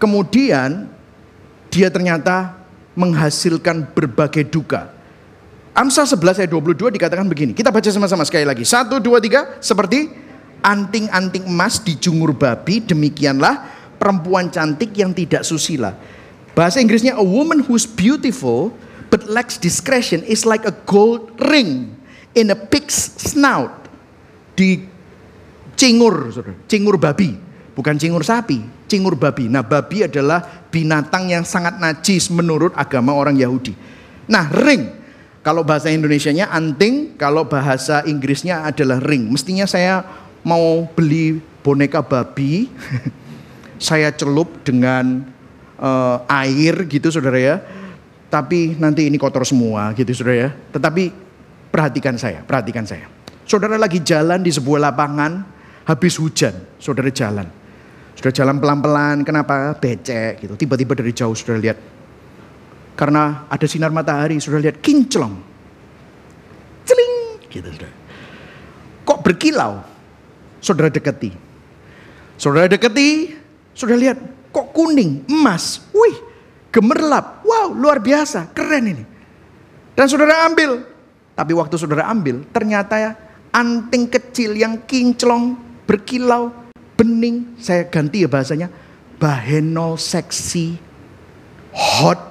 kemudian dia ternyata menghasilkan berbagai duka. Amsal sebelas ayat dua puluh dua dikatakan begini. Kita baca sama-sama sekali lagi. Satu, dua, tiga. Seperti anting-anting emas dijungur babi, demikianlah perempuan cantik yang tidak susila. Bahasa Inggrisnya, a woman who's beautiful but lacks discretion is like a gold ring in a pig's snout. Di cingur, cingur babi. Bukan cingur sapi, cingur babi. Nah, babi adalah binatang yang sangat najis menurut agama orang Yahudi. Nah, ring. Kalau bahasa Indonesianya anting, kalau bahasa Inggrisnya adalah ring. Mestinya saya mau beli boneka babi, saya celup dengan uh, air gitu saudara ya. Tapi nanti ini kotor semua gitu saudara ya. Tetapi perhatikan saya, perhatikan saya. Saudara lagi jalan di sebuah lapangan, habis hujan, saudara jalan. Sudah jalan pelan-pelan, kenapa? Becek gitu. Tiba-tiba dari jauh sudah lihat. Karena ada sinar matahari, sudah lihat kinclong. Celing gitu sudah. Kok berkilau? Saudara dekati. Saudara dekati, sudah lihat kok kuning, emas. Wih, gemerlap. Wow, luar biasa, keren ini. Dan saudara ambil. Tapi waktu saudara ambil, ternyata ya anting kecil yang kinclong, berkilau, bening, saya ganti ya bahasanya, bahenol, seksi, hot.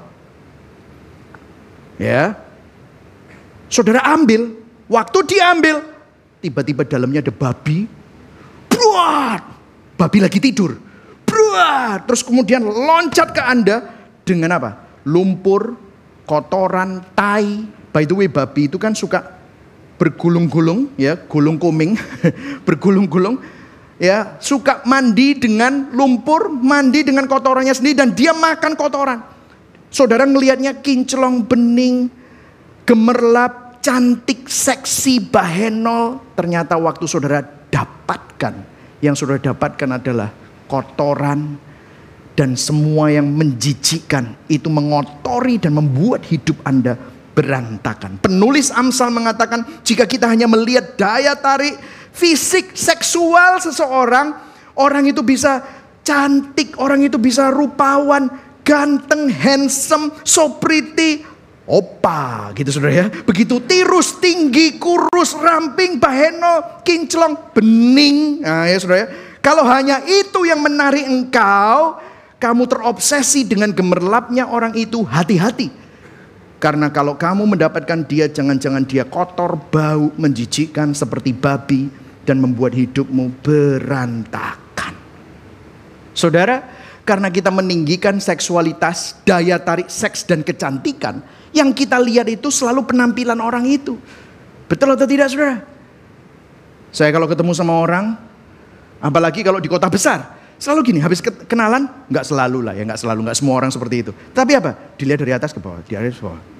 Ya. Saudara ambil, waktu diambil, tiba-tiba dalamnya ada babi. Bruat. Babi lagi tidur. Bruat. Terus kemudian loncat ke Anda dengan apa? Lumpur, kotoran, tai. By the way, babi itu kan suka bergulung-gulung, ya, gulung kuming, bergulung-gulung. Ya, suka mandi dengan lumpur, mandi dengan kotorannya sendiri, dan dia makan kotoran. Saudara ngelihatnya kinclong, bening, gemerlap, cantik, seksi, bahenol. Ternyata waktu saudara dapatkan, yang saudara dapatkan adalah kotoran dan semua yang menjijikkan. Itu mengotori dan membuat hidup Anda berantakan. Penulis Amsal mengatakan, jika kita hanya melihat daya tarik fisik seksual seseorang, orang itu bisa cantik, orang itu bisa rupawan, ganteng, handsome, so pretty, opa gitu saudara ya. Begitu tirus, tinggi, kurus, ramping, bahenol, kinclong, bening. Nah ya saudara ya. Kalau hanya itu yang menarik engkau, kamu terobsesi dengan gemerlapnya orang itu, hati-hati. Karena kalau kamu mendapatkan dia, jangan-jangan dia kotor, bau, menjijikkan seperti babi, dan membuat hidupmu berantakan. Saudara, karena kita meninggikan seksualitas, daya tarik seks dan kecantikan, yang kita lihat itu selalu penampilan orang itu. Betul atau tidak saudara? Saya kalau ketemu sama orang, apalagi kalau di kota besar, selalu gini, habis kenalan, nggak selalu lah ya, nggak selalu, nggak semua orang seperti itu. Tapi apa? Dilihat dari atas ke bawah, dari atas ke bawah.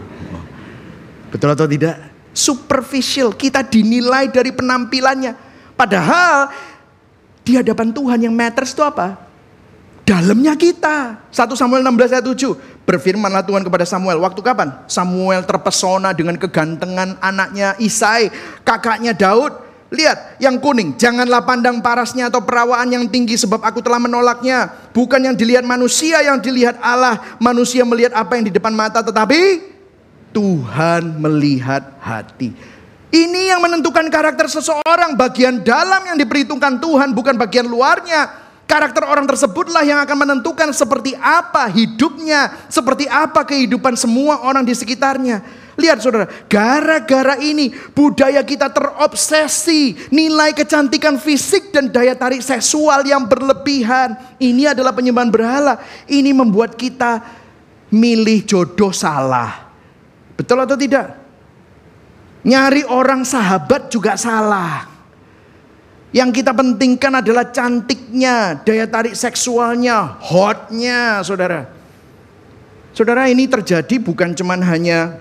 Betul atau tidak? Superficial, kita dinilai dari penampilannya. Padahal di hadapan Tuhan yang matters itu apa? Dalamnya kita. satu Samuel enam belas ayat tujuh. Berfirmanlah Tuhan kepada Samuel. Waktu kapan? Samuel terpesona dengan kegantengan anaknya Isai, kakaknya Daud. Lihat, yang kuning, janganlah pandang parasnya atau perawaan yang tinggi, sebab aku telah menolaknya. Bukan yang dilihat manusia, yang dilihat Allah. Manusia melihat apa yang di depan mata, tetapi Tuhan melihat hati. Ini yang menentukan karakter seseorang. Bagian dalam yang diperhitungkan Tuhan, bukan bagian luarnya. Karakter orang tersebutlah yang akan menentukan seperti apa hidupnya, seperti apa kehidupan semua orang di sekitarnya. Lihat saudara, gara-gara ini budaya kita terobsesi nilai kecantikan fisik dan daya tarik seksual yang berlebihan. Ini adalah penyembahan berhala. Ini membuat kita milih jodoh salah. Betul atau tidak? Nyari orang sahabat juga salah. Yang kita pentingkan adalah cantiknya, daya tarik seksualnya, hotnya saudara. Saudara, ini terjadi bukan cuman hanya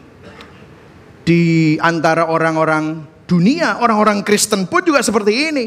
di antara orang-orang dunia, orang-orang Kristen pun juga seperti ini.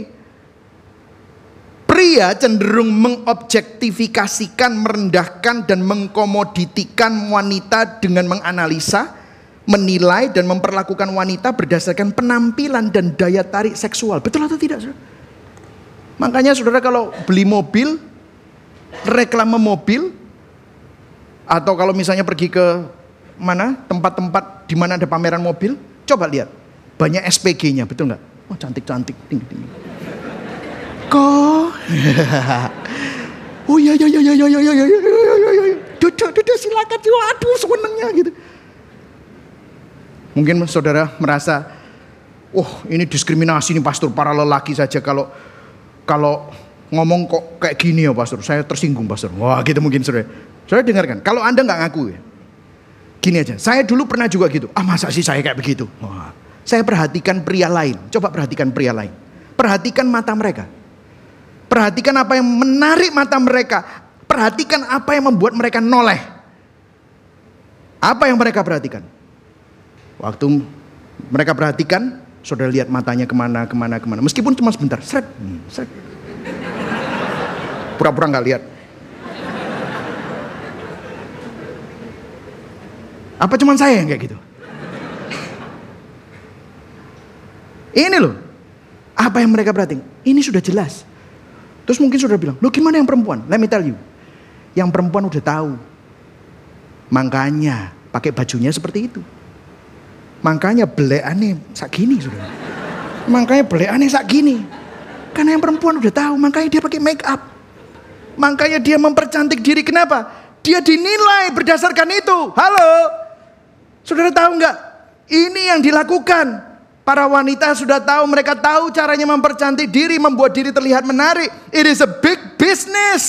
Pria cenderung mengobjektifikasikan, merendahkan dan mengkomoditikan wanita dengan menganalisa, menilai dan memperlakukan wanita berdasarkan penampilan dan daya tarik seksual. Betul atau tidak saudara? Makanya saudara kalau beli mobil, reklame mobil, atau kalau misalnya pergi ke mana tempat-tempat di mana ada pameran mobil, coba lihat. Banyak S P G-nya, betul nggak? Oh cantik-cantik, tinggi-tinggi. Kok? Oh iya iya iya iya iya iya iya iya. Duduk duduk silakan. Aduh senengnya gitu. Mungkin saudara merasa, oh ini diskriminasi nih pastor, para lelaki saja kalau kalau ngomong kok kayak gini ya pastor, saya tersinggung pastor. Wah gitu mungkin saudara. Saudara dengarkan, kalau Anda nggak ngaku ya, gini aja, saya dulu pernah juga gitu. Ah masa sih saya kayak begitu? Wah, saya perhatikan pria lain, coba perhatikan pria lain. Perhatikan mata mereka. Perhatikan apa yang menarik mata mereka. Perhatikan apa yang membuat mereka noleh. Apa yang mereka perhatikan? Waktu mereka perhatikan, saudara lihat matanya kemana, kemana, kemana. Meskipun cuma sebentar, seret, seret. Pura-pura nggak lihat. Apa cuman saya yang kayak gitu? Ini loh, apa yang mereka perhatiin? Ini sudah jelas. Terus mungkin saudara bilang, loh gimana yang perempuan? Let me tell you, yang perempuan udah tahu. Makanya pakai bajunya seperti itu. Makanya beleannya sak gini saudara. Makanya beleannya sak gini. Karena yang perempuan udah tahu, makanya dia pakai make up. Makanya dia mempercantik diri. Kenapa? Dia dinilai berdasarkan itu. Halo? Saudara tahu nggak? Ini yang dilakukan. Para wanita sudah tahu, mereka tahu caranya mempercantik diri, membuat diri terlihat menarik. It is a big business.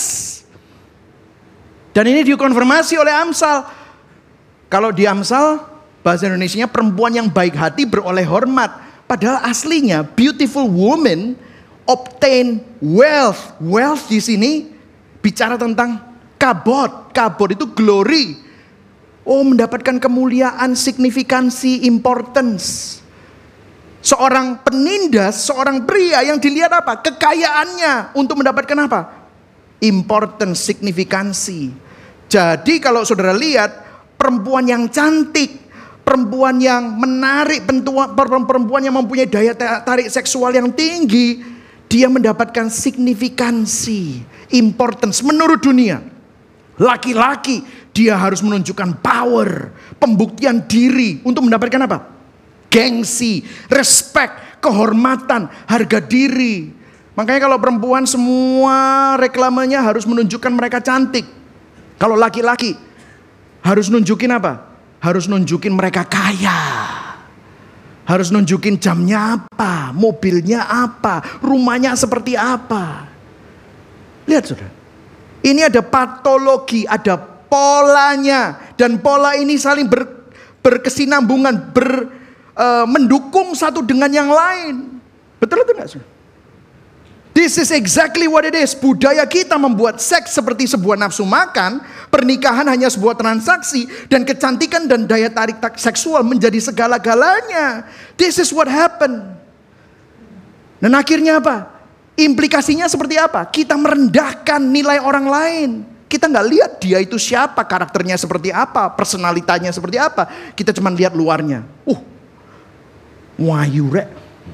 Dan ini dikonfirmasi oleh Amsal. Kalau di Amsal, bahasa Indonesianya perempuan yang baik hati beroleh hormat. Padahal aslinya beautiful woman obtain wealth. Wealth di sini bicara tentang kabod. Kabod itu glory. Oh, mendapatkan kemuliaan, signifikansi, importance. Seorang penindas, seorang pria yang dilihat apa? Kekayaannya untuk mendapatkan apa? Importance, signifikansi. Jadi kalau saudara lihat, perempuan yang cantik, perempuan yang menarik, perempuan yang mempunyai daya tarik seksual yang tinggi, dia mendapatkan signifikansi, importance menurut dunia. Laki-laki, dia harus menunjukkan power, pembuktian diri untuk mendapatkan apa? Gengsi, respect, kehormatan, harga diri. Makanya kalau perempuan semua reklamenya harus menunjukkan mereka cantik. Kalau laki-laki harus nunjukin apa? Harus nunjukin mereka kaya. Harus nunjukin jamnya apa, mobilnya apa, rumahnya seperti apa. Lihat saudara. Ini ada patologi, ada polanya. Dan pola ini saling ber, berkesinambungan, ber Uh, mendukung satu dengan yang lain. Betul atau enggak? This is exactly what it is. Budaya kita membuat seks seperti sebuah nafsu makan, pernikahan hanya sebuah transaksi, dan kecantikan dan daya tarik seksual menjadi segala-galanya. This is what happened. Dan akhirnya apa? Implikasinya seperti apa? Kita merendahkan nilai orang lain. Kita nggak lihat dia itu siapa, karakternya seperti apa, personalitanya seperti apa. Kita cuma lihat luarnya. Uh, Wahyu rek,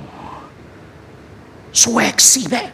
sweksi rek,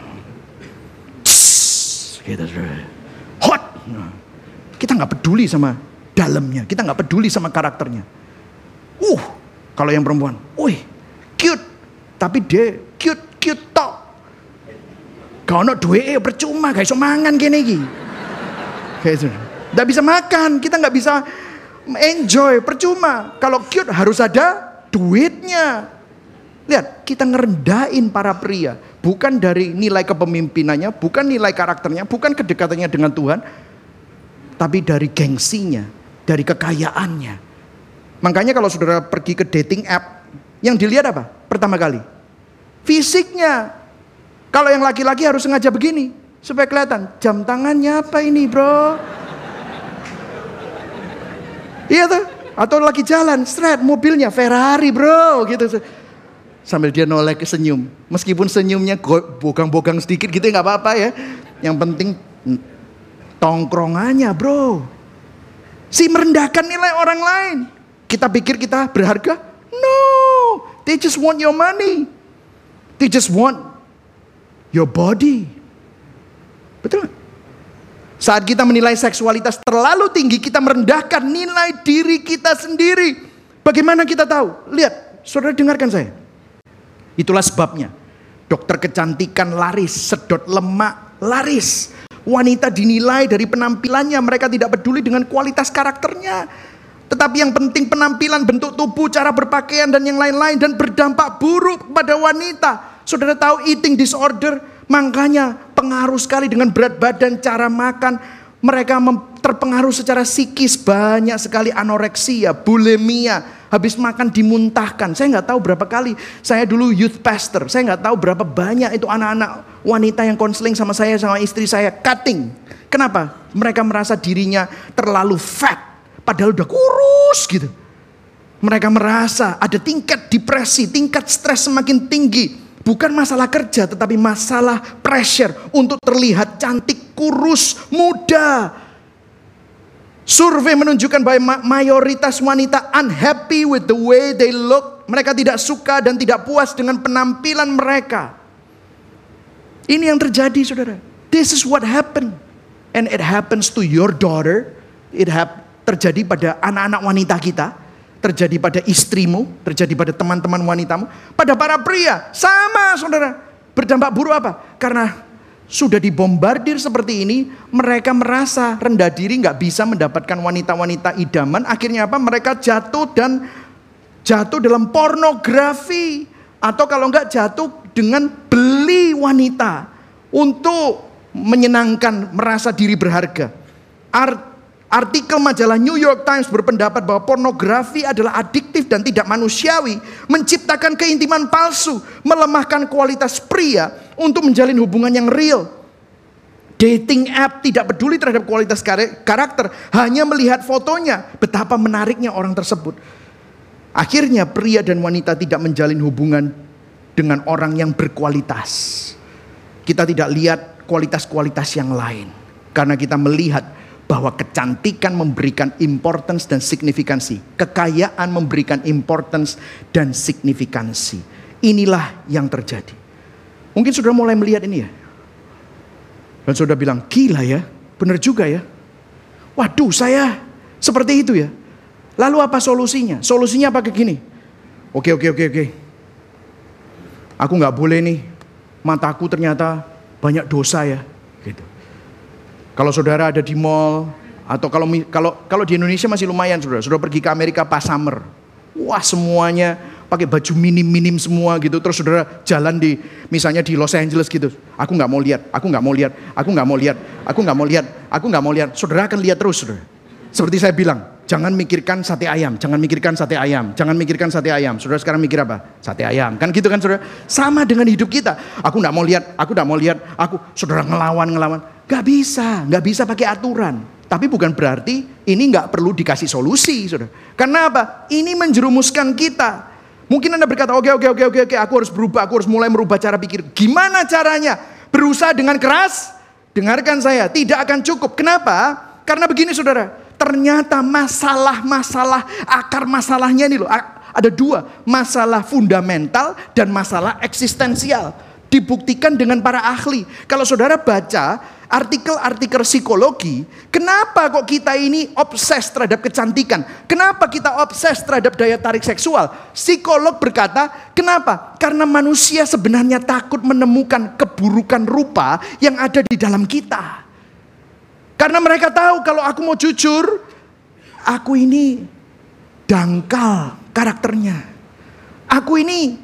gitu, hot. Kita nggak peduli sama dalamnya, kita nggak peduli sama karakternya. Uh, kalau yang perempuan, wih, cute, tapi dia cute cute tok. Gak ono duwe percuma, gak iso mangan kene iki. Kayak nggak bisa makan, kita nggak bisa enjoy, percuma. Kalau cute harus ada duitnya. Lihat, kita ngerendahin para pria. Bukan dari nilai kepemimpinannya, bukan nilai karakternya, bukan kedekatannya dengan Tuhan, tapi dari gengsinya, dari kekayaannya. Makanya kalau saudara pergi ke dating app, yang dilihat apa? Pertama kali, fisiknya. Kalau yang laki-laki harus sengaja begini, supaya kelihatan, jam tangannya apa ini bro? Iya tuh. Atau lagi jalan, straight, mobilnya Ferrari bro, gitu. Sambil dia noleh ke senyum. Meskipun senyumnya bogang-bogang sedikit gitu nggak apa-apa ya. Yang penting tongkrongannya bro. Si merendahkan nilai orang lain. Kita pikir kita berharga? No, they just want your money. They just want your body. Betul gak? Saat kita menilai seksualitas terlalu tinggi, kita merendahkan nilai diri kita sendiri. Bagaimana kita tahu? Lihat, saudara dengarkan saya. Itulah sebabnya dokter kecantikan laris, sedot lemak laris. Wanita dinilai dari penampilannya, mereka tidak peduli dengan kualitas karakternya. Tetapi yang penting penampilan, bentuk tubuh, cara berpakaian dan yang lain-lain, dan berdampak buruk pada wanita. Saudara tahu eating disorder, makanya pengaruh sekali dengan berat badan, cara makan. Mereka terpengaruh secara psikis, banyak sekali anoreksia, bulimia, habis makan dimuntahkan. Saya nggak tahu berapa kali, saya dulu youth pastor, saya nggak tahu berapa banyak itu anak-anak wanita yang konseling sama saya, sama istri saya, cutting. Kenapa? Mereka merasa dirinya terlalu fat. Padahal udah kurus gitu. Mereka merasa ada tingkat depresi, tingkat stres semakin tinggi. Bukan masalah kerja, tetapi masalah pressure untuk terlihat cantik, kurus, muda. Survei menunjukkan bahwa mayoritas wanita unhappy with the way they look. Mereka tidak suka dan tidak puas dengan penampilan mereka. Ini yang terjadi, saudara. This is what happened. And it happens to your daughter. It happens. Terjadi pada anak-anak wanita kita, terjadi pada istrimu, terjadi pada teman-teman wanitamu, pada para pria, sama saudara. Berdampak buruk apa? Karena sudah dibombardir seperti ini, mereka merasa rendah diri, nggak bisa mendapatkan wanita-wanita idaman. Akhirnya apa? Mereka jatuh dan jatuh dalam pornografi, atau kalau nggak jatuh dengan beli wanita untuk menyenangkan, merasa diri berharga. Art Artikel majalah New York Times berpendapat bahwa pornografi adalah adiktif dan tidak manusiawi, menciptakan keintiman palsu, melemahkan kualitas pria untuk menjalin hubungan yang real. Dating app tidak peduli terhadap kualitas karakter, hanya melihat fotonya, betapa menariknya orang tersebut. Akhirnya pria dan wanita tidak menjalin hubungan dengan orang yang berkualitas. Kita tidak lihat kualitas-kualitas yang lain, karena kita melihat bahwa kecantikan memberikan importance dan signifikansi. Kekayaan memberikan importance dan signifikansi. Inilah yang terjadi. Mungkin saudara mulai melihat ini ya. Dan saudara bilang, gila ya, benar juga ya. Waduh, saya seperti itu ya. Lalu apa solusinya? Solusinya apa kayak gini? Oke, oke, oke, oke. Aku gak boleh nih, mataku ternyata banyak dosa ya. Gitu. Kalau saudara ada di mall, atau kalau kalau kalau di Indonesia masih lumayan saudara, saudara pergi ke Amerika pas summer, wah semuanya pakai baju minim-minim semua gitu, terus saudara jalan di misalnya di Los Angeles gitu, aku nggak mau lihat, aku nggak mau lihat, aku nggak mau lihat, aku nggak mau lihat, aku nggak mau lihat, saudara akan lihat terus saudara. Seperti saya bilang, jangan mikirkan sate ayam, jangan mikirkan sate ayam, jangan mikirkan sate ayam. Saudara sekarang mikir apa? Sate ayam, kan gitu kan saudara? Sama dengan hidup kita. Aku nggak mau lihat, aku nggak mau lihat, aku saudara ngelawan ngelawan. Gak bisa, gak bisa pakai aturan. Tapi bukan berarti ini gak perlu dikasih solusi, saudara. Karena apa? Ini menjerumuskan kita. Mungkin Anda berkata, oke, oke, oke, oke, oke, aku harus berubah, aku harus mulai merubah cara pikir. Gimana caranya? Berusaha dengan keras? Dengarkan saya, tidak akan cukup. Kenapa? Karena begini, saudara. Ternyata masalah-masalah, akar masalahnya ini loh, ada dua. Masalah fundamental dan masalah eksistensial. Dibuktikan dengan para ahli. Kalau saudara baca artikel-artikel psikologi, kenapa kok kita ini obses terhadap kecantikan? Kenapa kita obses terhadap daya tarik seksual? Psikolog berkata, kenapa? Karena manusia sebenarnya takut menemukan keburukan rupa yang ada di dalam kita. Karena mereka tahu kalau aku mau jujur, aku ini dangkal karakternya. Aku ini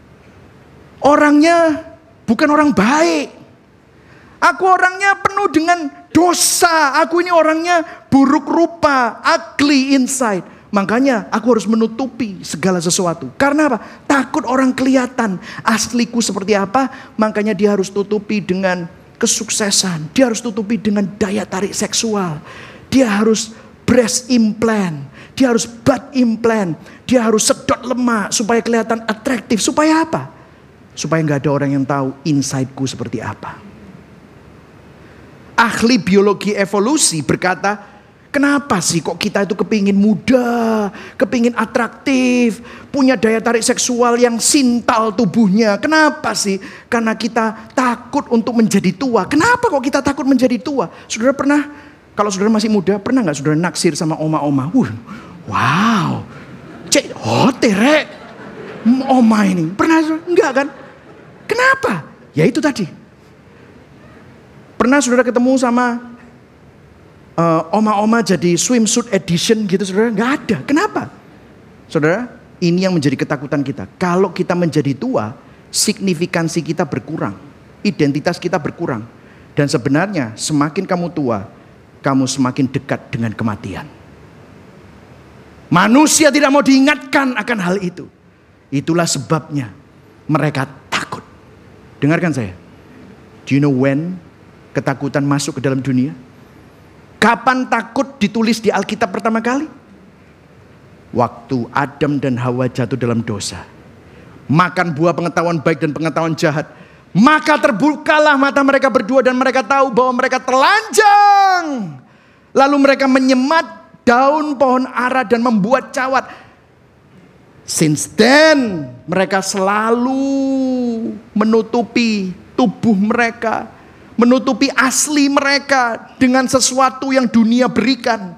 orangnya bukan orang baik. Aku orangnya penuh dengan dosa. Aku ini orangnya buruk rupa, ugly inside. Makanya aku harus menutupi segala sesuatu. Karena apa? Takut orang kelihatan asliku seperti apa. Makanya dia harus tutupi dengan kesuksesan. Dia harus tutupi dengan daya tarik seksual. Dia harus breast implant. Dia harus butt implant. Dia harus sedot lemak supaya kelihatan atraktif. Supaya apa? Supaya gak ada orang yang tahu insideku seperti apa. Ahli biologi evolusi berkata, Kenapa sih kok kita itu kepingin muda, kepingin atraktif, punya daya tarik seksual yang sintal tubuhnya? Kenapa sih? Karena kita takut untuk menjadi tua. Kenapa kok kita takut menjadi tua? Saudara pernah, kalau saudara masih muda, pernah gak saudara naksir sama oma-oma? Uh, wow, cek hotere, oma ini. Pernah saudara? Enggak kan? Kenapa? Ya itu tadi. Pernah saudara ketemu sama Uh, oma-oma jadi swimsuit edition gitu saudara? Nggak ada. Kenapa? Saudara, ini yang menjadi ketakutan kita. Kalau kita menjadi tua, signifikansi kita berkurang. Identitas kita berkurang. Dan sebenarnya semakin kamu tua, kamu semakin dekat dengan kematian. Manusia tidak mau diingatkan akan hal itu. Itulah sebabnya mereka takut. Dengarkan saya. Do you know when ketakutan masuk ke dalam dunia? Kapan takut ditulis di Alkitab pertama kali? Waktu Adam dan Hawa jatuh dalam dosa. Makan buah pengetahuan baik dan pengetahuan jahat. Maka terbukalah mata mereka berdua dan mereka tahu bahwa mereka telanjang. Lalu mereka menyemat daun pohon ara dan membuat cawat. Since then mereka selalu menutupi tubuh mereka, menutupi asli mereka dengan sesuatu yang dunia berikan.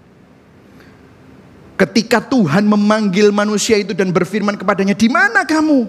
Ketika Tuhan memanggil manusia itu dan berfirman kepadanya, "Di mana kamu?"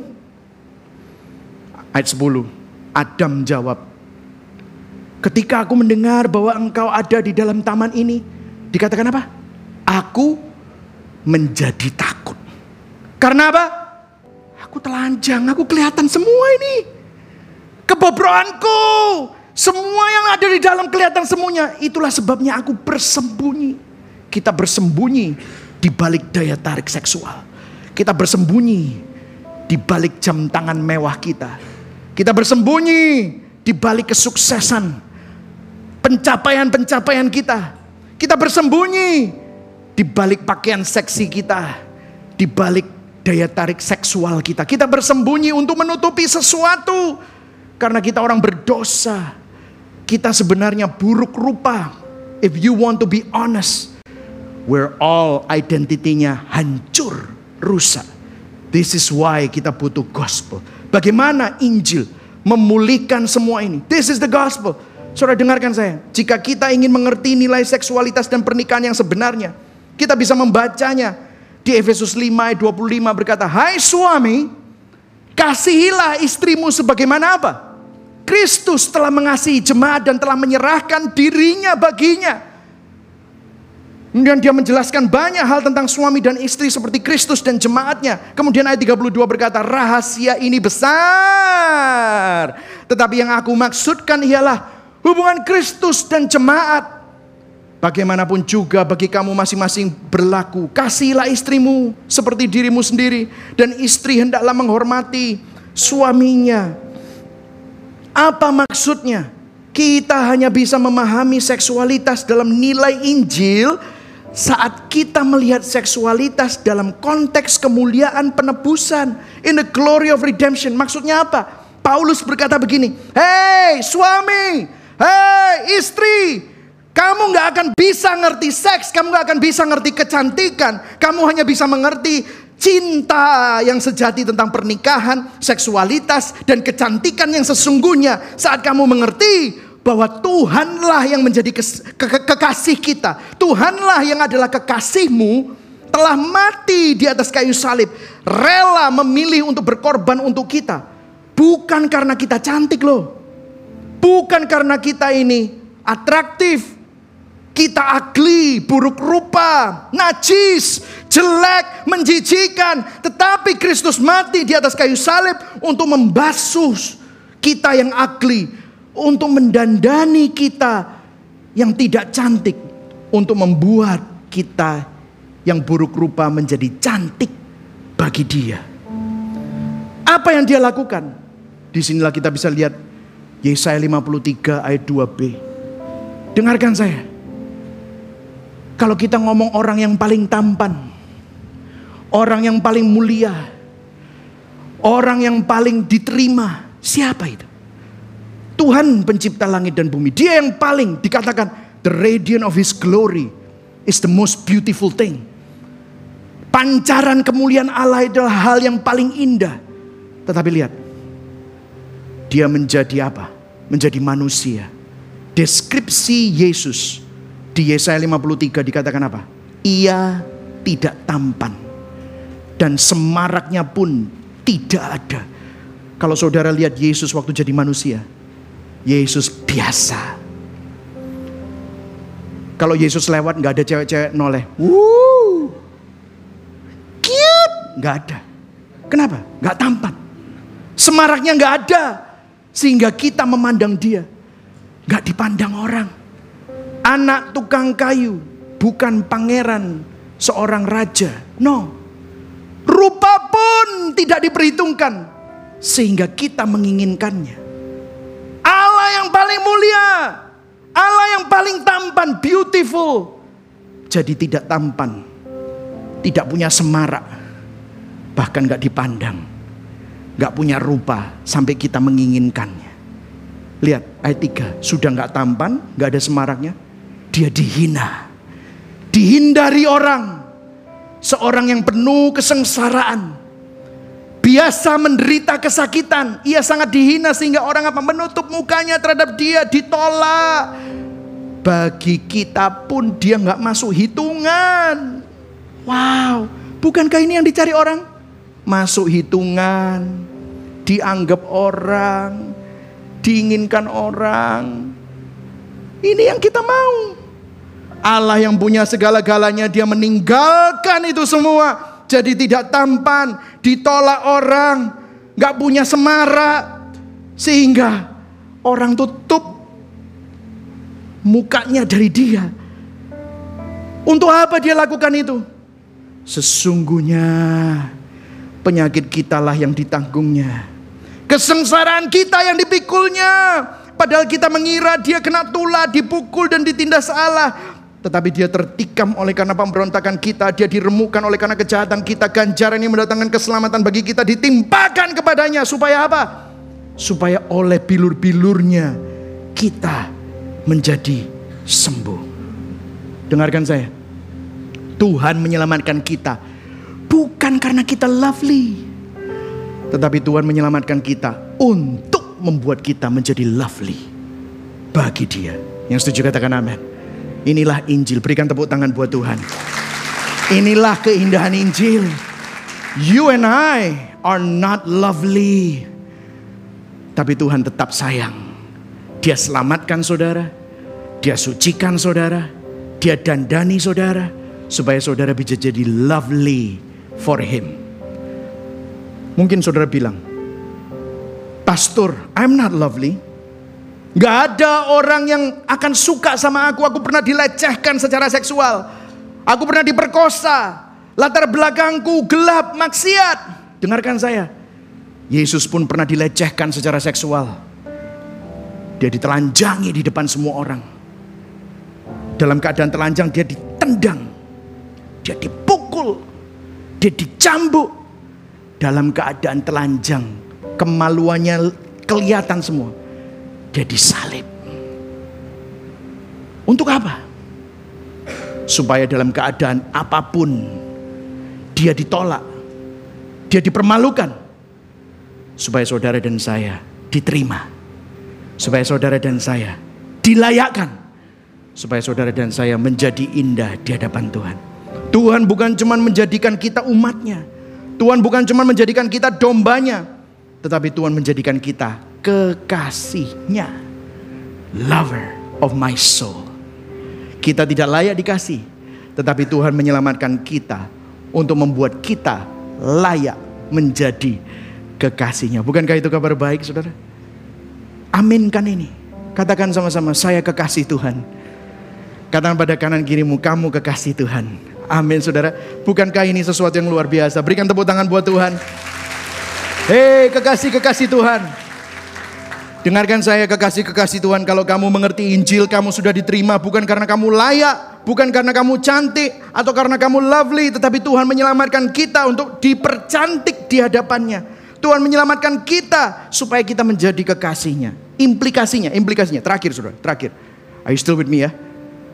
Ayat sepuluh, Adam jawab, "Ketika aku mendengar bahwa engkau ada di dalam taman ini," dikatakan apa? "Aku menjadi takut." Karena apa? Aku telanjang, aku kelihatan semua ini. Kebobroanku, semua yang ada di dalam kelihatan semuanya. Itulah sebabnya aku bersembunyi. Kita bersembunyi di balik daya tarik seksual. Kita bersembunyi di balik jam tangan mewah kita. Kita bersembunyi di balik kesuksesan, pencapaian-pencapaian kita. Kita bersembunyi di balik pakaian seksi kita, di balik daya tarik seksual kita. Kita bersembunyi untuk menutupi sesuatu karena kita orang berdosa. Kita sebenarnya buruk rupa. If you want to be honest, we're all identitinya hancur, rusak. This is why kita butuh gospel. Bagaimana Injil memulihkan semua ini? This is the gospel. Saudara dengarkan saya. Jika kita ingin mengerti nilai seksualitas dan pernikahan yang sebenarnya, kita bisa membacanya di Efesus lima ayat dua puluh lima berkata, "Hai suami, kasihilah istrimu sebagaimana apa? Kristus telah mengasihi jemaat dan telah menyerahkan dirinya baginya." Kemudian dia menjelaskan banyak hal tentang suami dan istri seperti Kristus dan jemaatnya. Kemudian ayat tiga puluh dua berkata, "Rahasia ini besar, tetapi yang aku maksudkan ialah hubungan Kristus dan jemaat. Bagaimanapun juga bagi kamu masing-masing berlaku. Kasihilah istrimu seperti dirimu sendiri, dan istri hendaklah menghormati suaminya." Apa maksudnya? Kita hanya bisa memahami seksualitas dalam nilai Injil saat kita melihat seksualitas dalam konteks kemuliaan penebusan. In the glory of redemption. Maksudnya apa? Paulus berkata begini, "Hei suami, hei istri, kamu gak akan bisa ngerti seks, kamu gak akan bisa ngerti kecantikan, kamu hanya bisa mengerti cinta yang sejati tentang pernikahan, seksualitas, dan kecantikan yang sesungguhnya saat kamu mengerti bahwa Tuhanlah yang menjadi kes, ke, ke, kekasih kita. Tuhanlah yang adalah kekasihmu, telah mati di atas kayu salib, rela memilih untuk berkorban untuk kita. Bukan karena kita cantik loh, bukan karena kita ini atraktif, kita ugly, buruk rupa, najis, jelek, menjijikan. Tetapi Kristus mati di atas kayu salib untuk membasuh kita yang ugly, untuk mendandani kita yang tidak cantik, untuk membuat kita yang buruk rupa menjadi cantik bagi Dia. Apa yang Dia lakukan? Disinilah kita bisa lihat Yesaya lima puluh tiga ayat dua b. Dengarkan saya. Kalau kita ngomong orang yang paling tampan, orang yang paling mulia, orang yang paling diterima, siapa itu? Tuhan pencipta langit dan bumi. Dia yang paling dikatakan the radiance of His glory. is the most beautiful thing. Pancaran kemuliaan Allah adalah hal yang paling indah. Tetapi lihat, dia menjadi apa? Menjadi manusia. Deskripsi Yesus di Yesaya lima puluh tiga dikatakan apa? Ia tidak tampan dan semaraknya pun tidak ada. Kalau saudara lihat Yesus waktu jadi manusia, Yesus biasa. Kalau Yesus lewat gak ada cewek-cewek noleh, wuh, cute, gak ada. Kenapa? Gak tampan. Semaraknya gak ada, sehingga kita memandang dia gak dipandang orang. Anak tukang kayu, bukan pangeran seorang raja. No, rupa pun tidak diperhitungkan, sehingga kita menginginkannya. Allah yang paling mulia, Allah yang paling tampan, beautiful, jadi tidak tampan, tidak punya semarak, bahkan gak dipandang, gak punya rupa sampai kita menginginkannya. Lihat ayat tiga, sudah gak tampan, gak ada semaraknya, dia dihina, dihindari orang, seorang yang penuh kesengsaraan, biasa menderita kesakitan. Ia sangat dihina sehingga orang apa? Menutup mukanya terhadap dia, ditolak. Bagi kita pun dia gak masuk hitungan. Wow, bukankah ini yang dicari orang? Masuk hitungan, dianggap orang, diinginkan orang. Ini yang kita mau. Allah yang punya segala-galanya, dia meninggalkan itu semua. Jadi tidak tampan, ditolak orang, gak punya semarak, sehingga orang tutup mukanya dari dia. Untuk apa dia lakukan itu? Sesungguhnya penyakit kitalah yang ditanggungnya, kesengsaraan kita yang dipikulnya. Padahal kita mengira dia kena tulah, dipukul dan ditindas Allah. Tetapi dia tertikam oleh karena pemberontakan kita, dia diremukkan oleh karena kejahatan kita. Ganjaran yang mendatangkan keselamatan bagi kita ditimpakan kepadanya. Supaya apa? Supaya oleh bilur-bilurnya kita menjadi sembuh. Dengarkan saya, Tuhan menyelamatkan kita bukan karena kita lovely, tetapi Tuhan menyelamatkan kita untuk membuat kita menjadi lovely bagi dia. Yang setuju katakan amin. Inilah Injil. Berikan tepuk tangan buat Tuhan. Inilah keindahan Injil. You and I are not lovely, tapi Tuhan tetap sayang. Dia selamatkan saudara, dia sucikan saudara, dia dandani saudara, supaya saudara bisa jadi lovely for Him. Mungkin saudara bilang, Pastor, I'm not lovely. Gak ada orang yang akan suka sama aku. Aku pernah dilecehkan secara seksual. Aku pernah diperkosa. Latar belakangku gelap, maksiat. Dengarkan saya, Yesus pun pernah dilecehkan secara seksual. Dia ditelanjangi di depan semua orang. Dalam keadaan telanjang dia ditendang, dia dipukul, dia dicambuk. Dalam keadaan telanjang, kemaluannya kelihatan semua, dia disalib. Untuk apa? Supaya dalam keadaan apapun dia ditolak, dia dipermalukan, supaya saudara dan saya diterima, supaya saudara dan saya dilayakkan, supaya saudara dan saya menjadi indah di hadapan Tuhan. Tuhan bukan cuma menjadikan kita umatnya, Tuhan bukan cuma menjadikan kita dombanya, tetapi Tuhan menjadikan kita kekasihnya, lover of my soul. Kita tidak layak dikasih, tetapi Tuhan menyelamatkan kita untuk membuat kita layak menjadi kekasihnya. Bukankah itu kabar baik, saudara? Aminkan ini. Katakan sama-sama, saya kekasih Tuhan. Katakan pada kanan kirimu, kamu kekasih Tuhan. Amin, saudara. Bukankah ini sesuatu yang luar biasa? Berikan tepuk tangan buat Tuhan. Hei kekasih-kekasih Tuhan, dengarkan saya kekasih-kekasih Tuhan. Kalau kamu mengerti Injil, kamu sudah diterima bukan karena kamu layak, bukan karena kamu cantik atau karena kamu lovely, tetapi Tuhan menyelamatkan kita untuk dipercantik di hadapannya. Tuhan menyelamatkan kita supaya kita menjadi kekasihnya. Implikasinya, implikasinya terakhir saudara, terakhir. Are you still with me ya?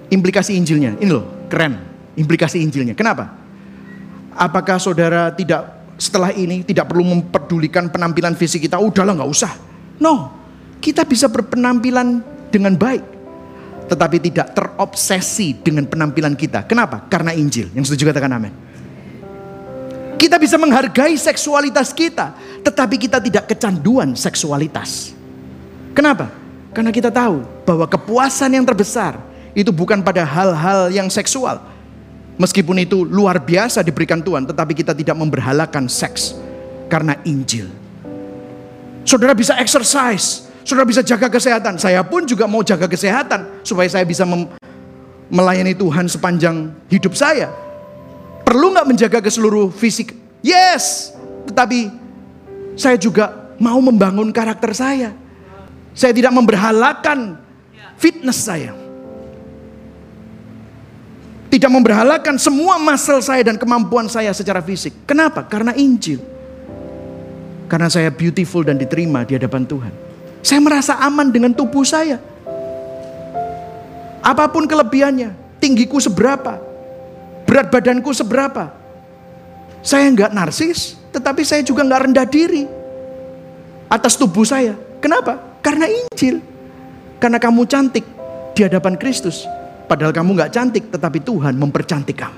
implikasi Injilnya. Ini loh, keren. Implikasi Injilnya. Kenapa? Apakah saudara tidak setelah ini tidak perlu mempedulikan penampilan fisik kita? Udahlah, nggak usah. No, kita bisa berpenampilan dengan baik, tetapi tidak terobsesi dengan penampilan kita. Kenapa? Karena Injil. Yang setuju katakan amin. Kita bisa menghargai seksualitas kita, tetapi kita tidak kecanduan seksualitas. Kenapa? Karena kita tahu bahwa kepuasan yang terbesar itu bukan pada hal-hal yang seksual. Meskipun itu luar biasa diberikan Tuhan, tetapi kita tidak memberhalakan seks karena Injil. Saudara bisa exercise, saudara bisa jaga kesehatan. Saya pun juga mau jaga kesehatan supaya saya bisa mem- melayani Tuhan sepanjang hidup saya. Perlu gak menjaga ke seluruh fisik? Yes, tetapi saya juga mau membangun karakter saya. Saya tidak memberhalakan fitness saya. Tidak memberhalakan semua muscle saya dan kemampuan saya secara fisik. Kenapa? Karena Injil. Karena saya beautiful dan diterima di hadapan Tuhan. Saya merasa aman dengan tubuh saya. Apapun kelebihannya, tinggiku seberapa, berat badanku seberapa. Saya enggak narsis, tetapi saya juga enggak rendah diri atas tubuh saya. Kenapa? Karena Injil. Karena kamu cantik di hadapan Kristus. Padahal kamu gak cantik, tetapi Tuhan mempercantik kamu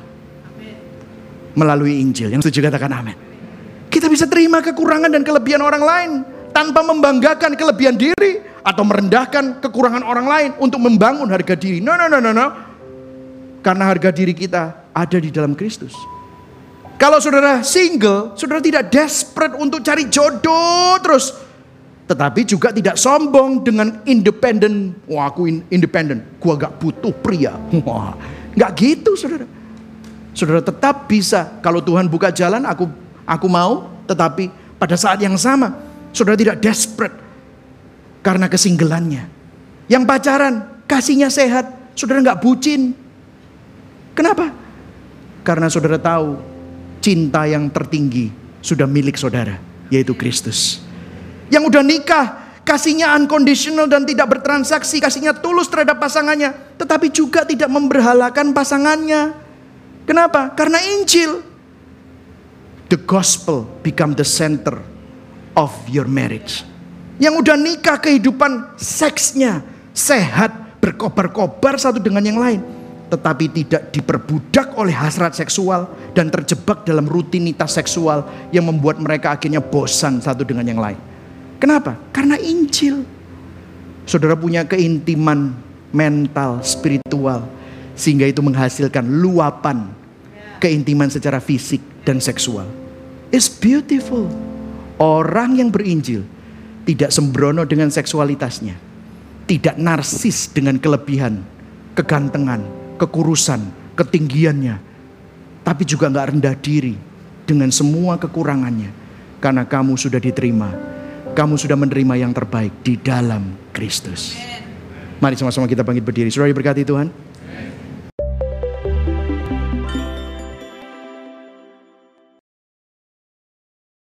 melalui Injil. Yang setuju katakan amin. Kita bisa terima kekurangan dan kelebihan orang lain tanpa membanggakan kelebihan diri atau merendahkan kekurangan orang lain untuk membangun harga diri. No, no, no, no, no. Karena harga diri kita ada di dalam Kristus. Kalau saudara single, saudara tidak desperate untuk cari jodoh terus. Tetapi juga tidak sombong dengan independen. Wah, aku independen, gua gak butuh pria. Wah, gak gitu saudara. Saudara tetap bisa, kalau Tuhan buka jalan, aku aku mau. Tetapi pada saat yang sama, saudara tidak desperate karena kesinggelannya. Yang pacaran, kasihnya sehat, saudara gak bucin. Kenapa? Karena saudara tahu cinta yang tertinggi sudah milik saudara, yaitu Kristus. Yang udah nikah, kasihnya unconditional dan tidak bertransaksi, kasihnya tulus terhadap pasangannya, tetapi juga tidak memberhalakan pasangannya. Kenapa? Karena Injil. The gospel become the center of your marriage. Yang udah nikah, kehidupan seksnya sehat, berkobar-kobar satu dengan yang lain, tetapi tidak diperbudak oleh hasrat seksual dan terjebak dalam rutinitas seksual yang membuat mereka akhirnya bosan satu dengan yang lain. Kenapa? Karena Injil. Saudara punya keintiman mental, spiritual, sehingga itu menghasilkan luapan keintiman secara fisik dan seksual. It's beautiful. Orang yang berinjil tidak sembrono dengan seksualitasnya, tidak narsis dengan kelebihan, kegantengan, kekurusan, ketinggiannya, tapi juga gak rendah diri dengan semua kekurangannya. Karena kamu sudah diterima, kamu sudah menerima yang terbaik di dalam Kristus. Mari sama-sama kita bangkit berdiri. Saudara diberkati Tuhan.